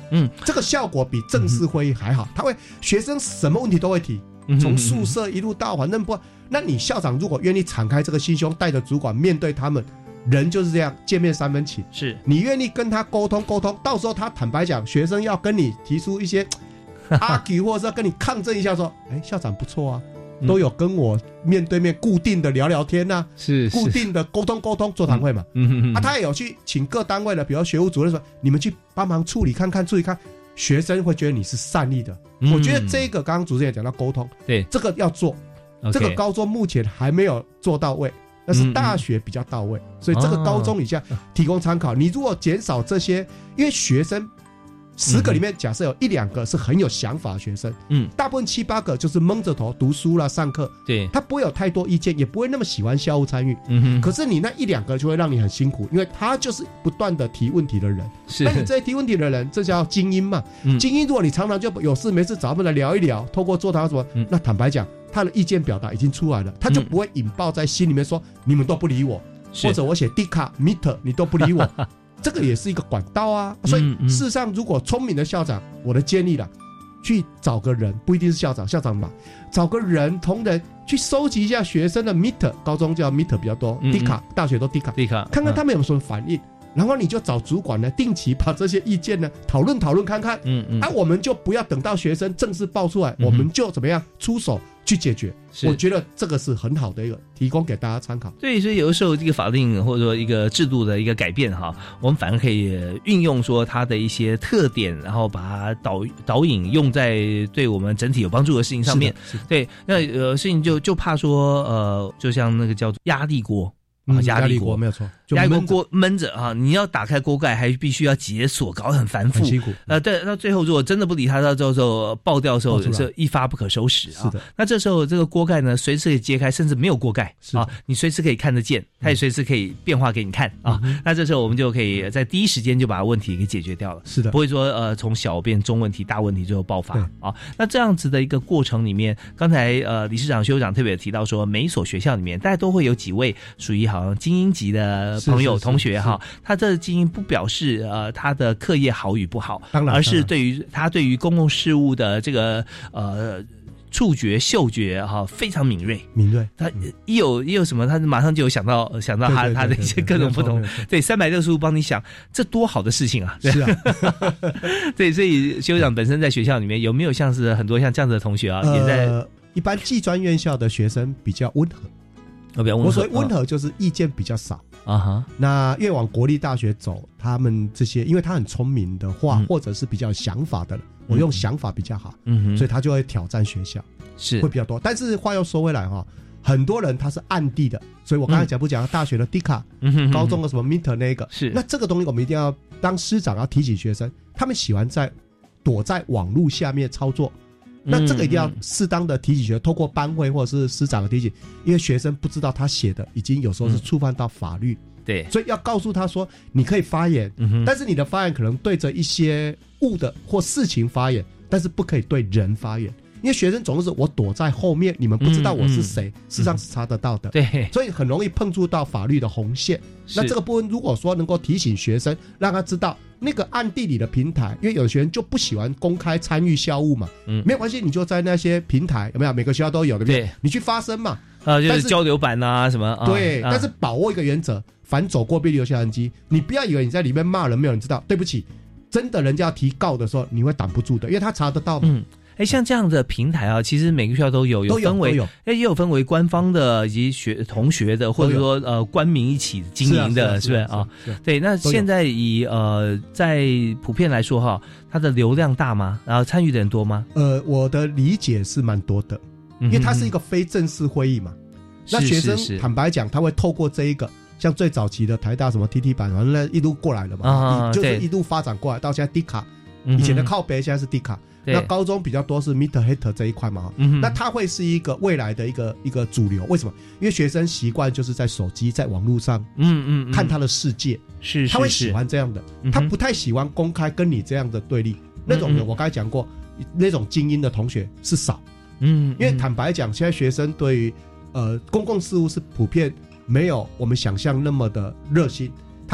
嗯，这个效果比正式会议还好，他会学生什么问题都会提，从宿舍一路到反正不，那你校长如果愿意敞开这个心胸，带着主管面对他们，人就是这样，见面三分情， 是你愿意跟他沟通沟通，到时候他坦白讲，学生要跟你提出一些argue 或者是要跟你抗争一下，说，哎，校长不错啊。都有跟我面对面固定的聊聊天啊， 是固定的沟通沟通座谈会嘛，嗯嗯嗯啊，他也有去请各单位的，比如学务主任说，你们去帮忙处理看看，处理看，学生会觉得你是善意的。嗯、我觉得这个刚刚主持人也讲到沟通， 对， 这个要做，这个高中目前还没有做到位，但是大学比较到位，嗯、所以这个高中以下提供参考。你如果减少这些，因为学生。十个里面，假设有一两个是很有想法的学生，嗯，大部分七八个就是蒙着头读书啦、上课， 对， 他不会有太多意见，也不会那么喜欢校务参与，嗯哼。可是你那一两个就会让你很辛苦，因为他就是不断的提问题的人，是。那你这些提问题的人，这叫精英嘛？嗯、精英如果你常常就有事没事找他们来聊一聊，透过座谈什么，嗯、那坦白讲，他的意见表达已经出来了，他就不会引爆在心里面说、嗯、你们都不理我，或者我写 D 卡 meter 你都不理我。这个也是一个管道啊，所以事实上，如果聪明的校长，我的建议啦，去找个人，不一定是校长，校长嘛，找个人同仁去收集一下学生的 meter， 高中叫 meter 比较多 ，D 卡，大学都 D 卡，D 卡，看看他们有什么反应，然后你就找主管呢，定期把这些意见呢讨论讨论看看，嗯嗯，啊，我们就不要等到学生正式报出来，嗯、我们就怎么样出手去解决。我觉得这个是很好的一个提供给大家参考。 对，所以有的时候这个法令或者说一个制度的一个改变哈，我们反而可以运用说它的一些特点，然后把它导导引用在对我们整体有帮助的事情上面。对，那呃事情就就怕说呃，就像那个叫做压力锅。 啊，压力锅没有错， 压力锅闷着啊！你要打开锅盖，还必须要解锁，搞得很繁复， 很辛苦。 呃，对，到最后如果真的不理它，到最后爆掉的时候是一发不可收拾啊。 是的， 那这时候这个锅盖呢，随时可以揭开，甚至没有锅盖啊，你随时可以看得见，它也随时可以变化给你看啊。嗯、那这时候我们就可以在第一时间就把问题给解决掉了。 是的， 不会说呃从小变中问题、大问题最后爆发啊。那这样子的一个过程里面，刚才呃理事长、修长特别提到说，每一所学校里面大家都会有几位属于好像精英级的朋友同学哈，他这精英不表示呃他的课业好与不好， 当然， 而是对于他对于公共事务的这个呃触觉、嗅觉哈非常敏锐， 敏锐。 他一有一有什么，他马上就有想到想到他对对对对他的一些各种不同，对三百六十度帮你想，这多好的事情啊！ 是啊， 对，所以修长本身在学校里面有没有像是很多像这样子的同学啊， 呃、 也在一般技专院校的学生比较温和。我所谓温和就是意见比较少啊哈。那越往国立大学走，他们这些因为他很聪明的话，嗯、或者是比较有想法的人，我用想法比较好，嗯，所以他就会挑战学校， 是会比较多。但是话又说回来哈，很多人他是暗地的，所以我刚才讲不讲大学的 D 卡，嗯、高中的什么 meter 那个， 是那这个东西我们一定要当师长要提醒学生，他们喜欢在躲在网络下面操作。那这个一定要适当的提醒学生，透过班会或者是师长的提醒，因为学生不知道他写的已经有时候是触犯到法律， 嗯、对， 所以要告诉他说，你可以发言，嗯、但是你的发言可能对着一些物的或事情发言，但是不可以对人发言，因为学生总是我躲在后面，你们不知道我是谁，嗯、事实上是查得到的， 对， 所以很容易碰触到法律的红线。那这个部分如果说能够提醒学生，让他知道。那个暗地里的平台，因为有的学生就不喜欢公开参与校务嘛，嗯，没有关系，你就在那些平台有没有？每个学校都有，对不对？你去发声嘛， 啊，就是交流版啊什么， 对， 啊、 但是把握一个原则，凡走过必留下痕迹。你不要以为你在里面骂人，没有人知道。对不起，真的人家要提告的时候，你会挡不住的，因为他查得到嘛。嗯哎，像这样的平台啊，其实每个学校都有，有分为，哎，也有分为官方的以及学同学的，或者说呃官民一起经营的，是不是啊？对，那现在以呃在普遍来说哈，它的流量大吗？然后参与的人多吗？ 呃，我的理解是蛮多的，因为它是一个非正式会议嘛。那学生坦白讲，他会透过这一个，像最早期的台大什么 T T 版，反正一路过来了嘛，啊、就是一路发展过来，到现在 D 卡，以前的靠北，现在是 D 卡。那高中比较多是 meter hater 这一块嘛，嗯、那它会是一个未来的一个一个主流。为什么？因为学生习惯就是在手机、在网络上，嗯嗯，看他的世界， 是他会喜欢这样的，他不太喜欢公开跟你这样的对立。那种的我刚才讲过，那种精英的同学是少，嗯，因为坦白讲，现在学生对于呃公共事务是普遍没有我们想象那么的热心，他。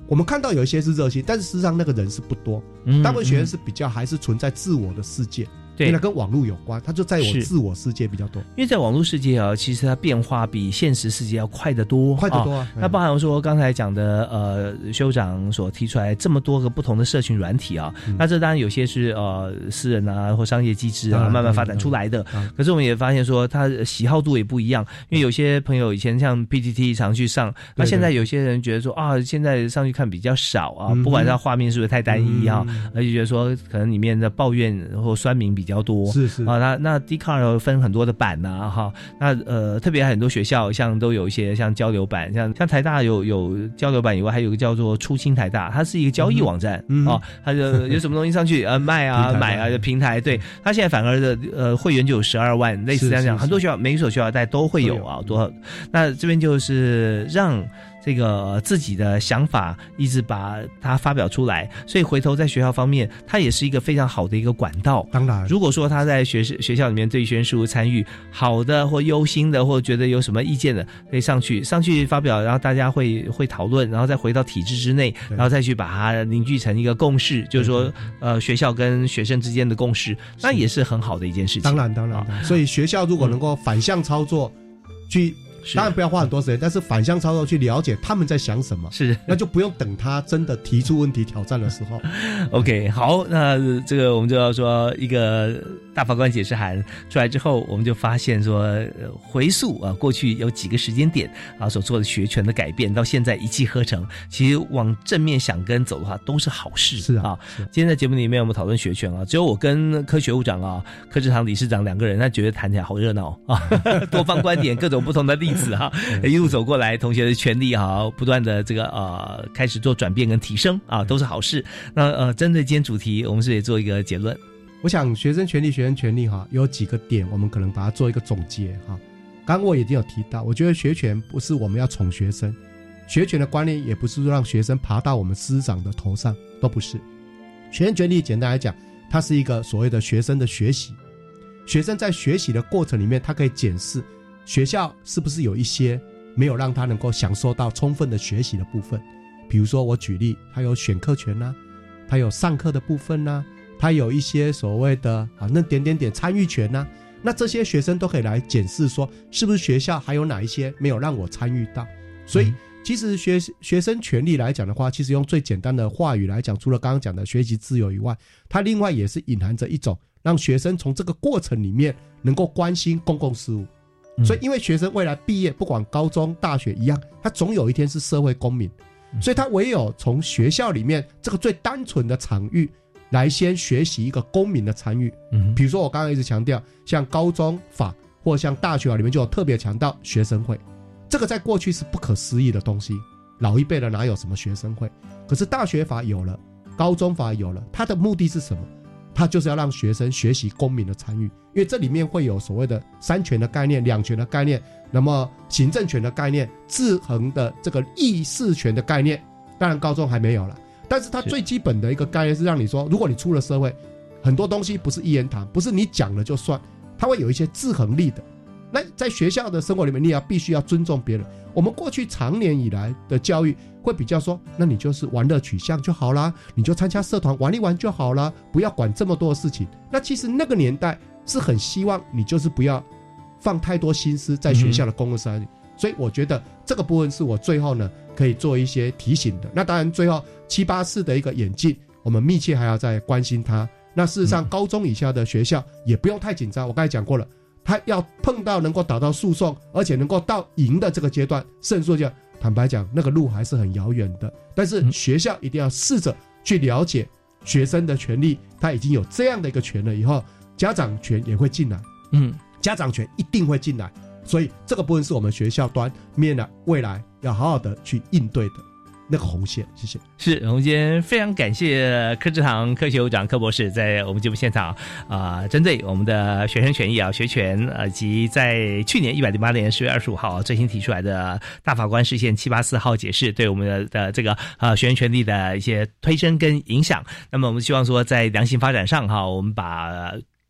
我们看到有一些是热心，但是事实上那个人是不多，嗯、大部分学生是比较还是存在自我的世界。对，因为它跟网络有关，它就在我自我世界比较多。 因为在网络世界啊，其实它变化比现实世界要快得多， 快得多啊。 那、哦、包含说刚才讲的呃，修长所提出来这么多个不同的社群软体啊，嗯、那这当然有些是呃私人啊或商业机制啊慢慢发展出来的。可是我们也发现说，它喜好度也不一样，因为有些朋友以前像 P T T 常去上，那现在有些人觉得说啊，现在上去看比较少啊，嗯、不管它画面是不是太单一啊，嗯、而且觉得说可能里面的抱怨或酸民比较多。 是是。 啊，那那 Dcard 分很多的版呐、啊，哈，那呃，特别很多学校像都有一些像交流版，像像台大有有交流版以外，还有一个叫做初心台大，它是一个交易网站，嗯、哦，它就有什么东西上去呃卖啊买啊的平台，对，它现在反而的呃会员就有十二万，类似这样讲，很多学校每一所学校带都会有啊，多少，那这边就是让这个自己的想法一直把它发表出来，所以回头在学校方面，它也是一个非常好的一个管道。 当然， 如果说他在学学校里面对学生事务参与好的或忧心的，或觉得有什么意见的，可以上去上去发表，然后大家会会讨论，然后再回到体制之内，然后再去把它凝聚成一个共识，就是说呃学校跟学生之间的共识，那也是很好的一件事情。 当然当然，啊、所以学校如果能够反向操作，嗯、去。当然不要花很多时间，但是反向操作去了解他们在想什么， 是那就不用等他真的提出问题挑战的时候。 OK， 好，那这个我们就要说一个大法官解释函出来之后，我们就发现说，呃、回溯啊过去有几个时间点啊所做的学权的改变，到现在一气呵成，其实往正面想跟走的话都是好事。 是啊， 啊今天在节目里面我们讨论学权啊，只有我跟科学务长啊、柯志堂理事长两个人，他觉得谈起来好热闹啊，多方观点，各种不同的例子。哈，一路走过来，同学的权利哈，不断的这个呃开始做转变跟提升啊，都是好事。那呃，针对今天主题，我们是也做一个结论。 我想学生权利、学生权利哈，有几个点，我们可能把它做一个总结哈。刚刚我已经有提到，我觉得学权不是我们要宠学生，学权的观念也不是说让学生爬到我们师长的头上，都不是。学生权利简单来讲，它是一个所谓的学生的学习，学生在学习的过程里面，他可以检视。学校是不是有一些没有让他能够享受到充分的学习的部分？比如说我举例，他有选课权啊，他有上课的部分啊，他有一些所谓的啊那点点点参与权啊，那这些学生都可以来检视说，是不是学校还有哪一些没有让我参与到？所以其实学学生权利来讲的话，其实用最简单的话语来讲，除了刚刚讲的学习自由以外，它另外也是隐含着一种让学生从这个过程里面能够关心公共事务。所以因为学生未来毕业不管高中大学一样，他总有一天是社会公民，所以他唯有从学校里面这个最单纯的场域来先学习一个公民的参与。比如说我刚刚一直强调，像高中法或像大学法里面就有特别强调学生会，这个在过去是不可思议的东西，老一辈的哪有什么学生会？可是大学法有了，高中法有了，它的目的是什么？它就是要让学生学习公民的参与，因为这里面会有所谓的三权的概念、两权的概念，那么行政权的概念、制衡的这个议事权的概念，当然高中还没有了，但是它最基本的一个概念是让你说，如果你出了社会，很多东西不是一言堂，不是你讲了就算，它会有一些制衡力的。那在学校的生活里面，你也必须要尊重别人。我们过去长年以来的教育会比较说，那你就是玩乐取向就好啦，你就参加社团玩一玩就好啦，不要管这么多的事情。那其实那个年代是很希望你就是不要放太多心思在学校的公共事务、嗯、所以我觉得这个部分是我最后呢可以做一些提醒的。那当然最后七八四的一个演进，我们密切还要再关心它。那事实上高中以下的学校也不用太紧张，我刚才讲过了，他要碰到能够打到诉讼，而且能够到赢的这个阶段，胜诉就坦白讲那个路还是很遥远的。但是学校一定要试着去了解学生的权利，他已经有这样的一个权了以后，家长权也会进来，嗯，家长权一定会进来，所以这个部分是我们学校端面呢未来要好好的去应对的那个红线。谢谢。 是，我们今天非常感谢柯志堂科学务长柯博士在我们节目现场啊、呃，针对我们的学生权益啊、学权以、呃、及在去年一百零八年十月二十五号最新提出来的大法官释宪七八四号解释对我们的的这个呃学生权利的一些推升跟影响。那么我们希望说在良性发展上哈，我们把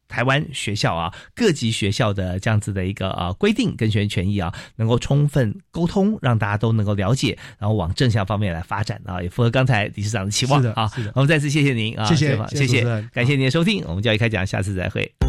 台湾学校啊，各级学校的这样子的一个呃规定跟学生权益啊，能够充分沟通，让大家都能够了解，然后往正向方面来发展啊，也符合刚才理事长的期望啊。我们再次谢谢您啊， 谢谢， 谢谢， 谢谢， 感谢您的收听，我们教育开讲，下次再会。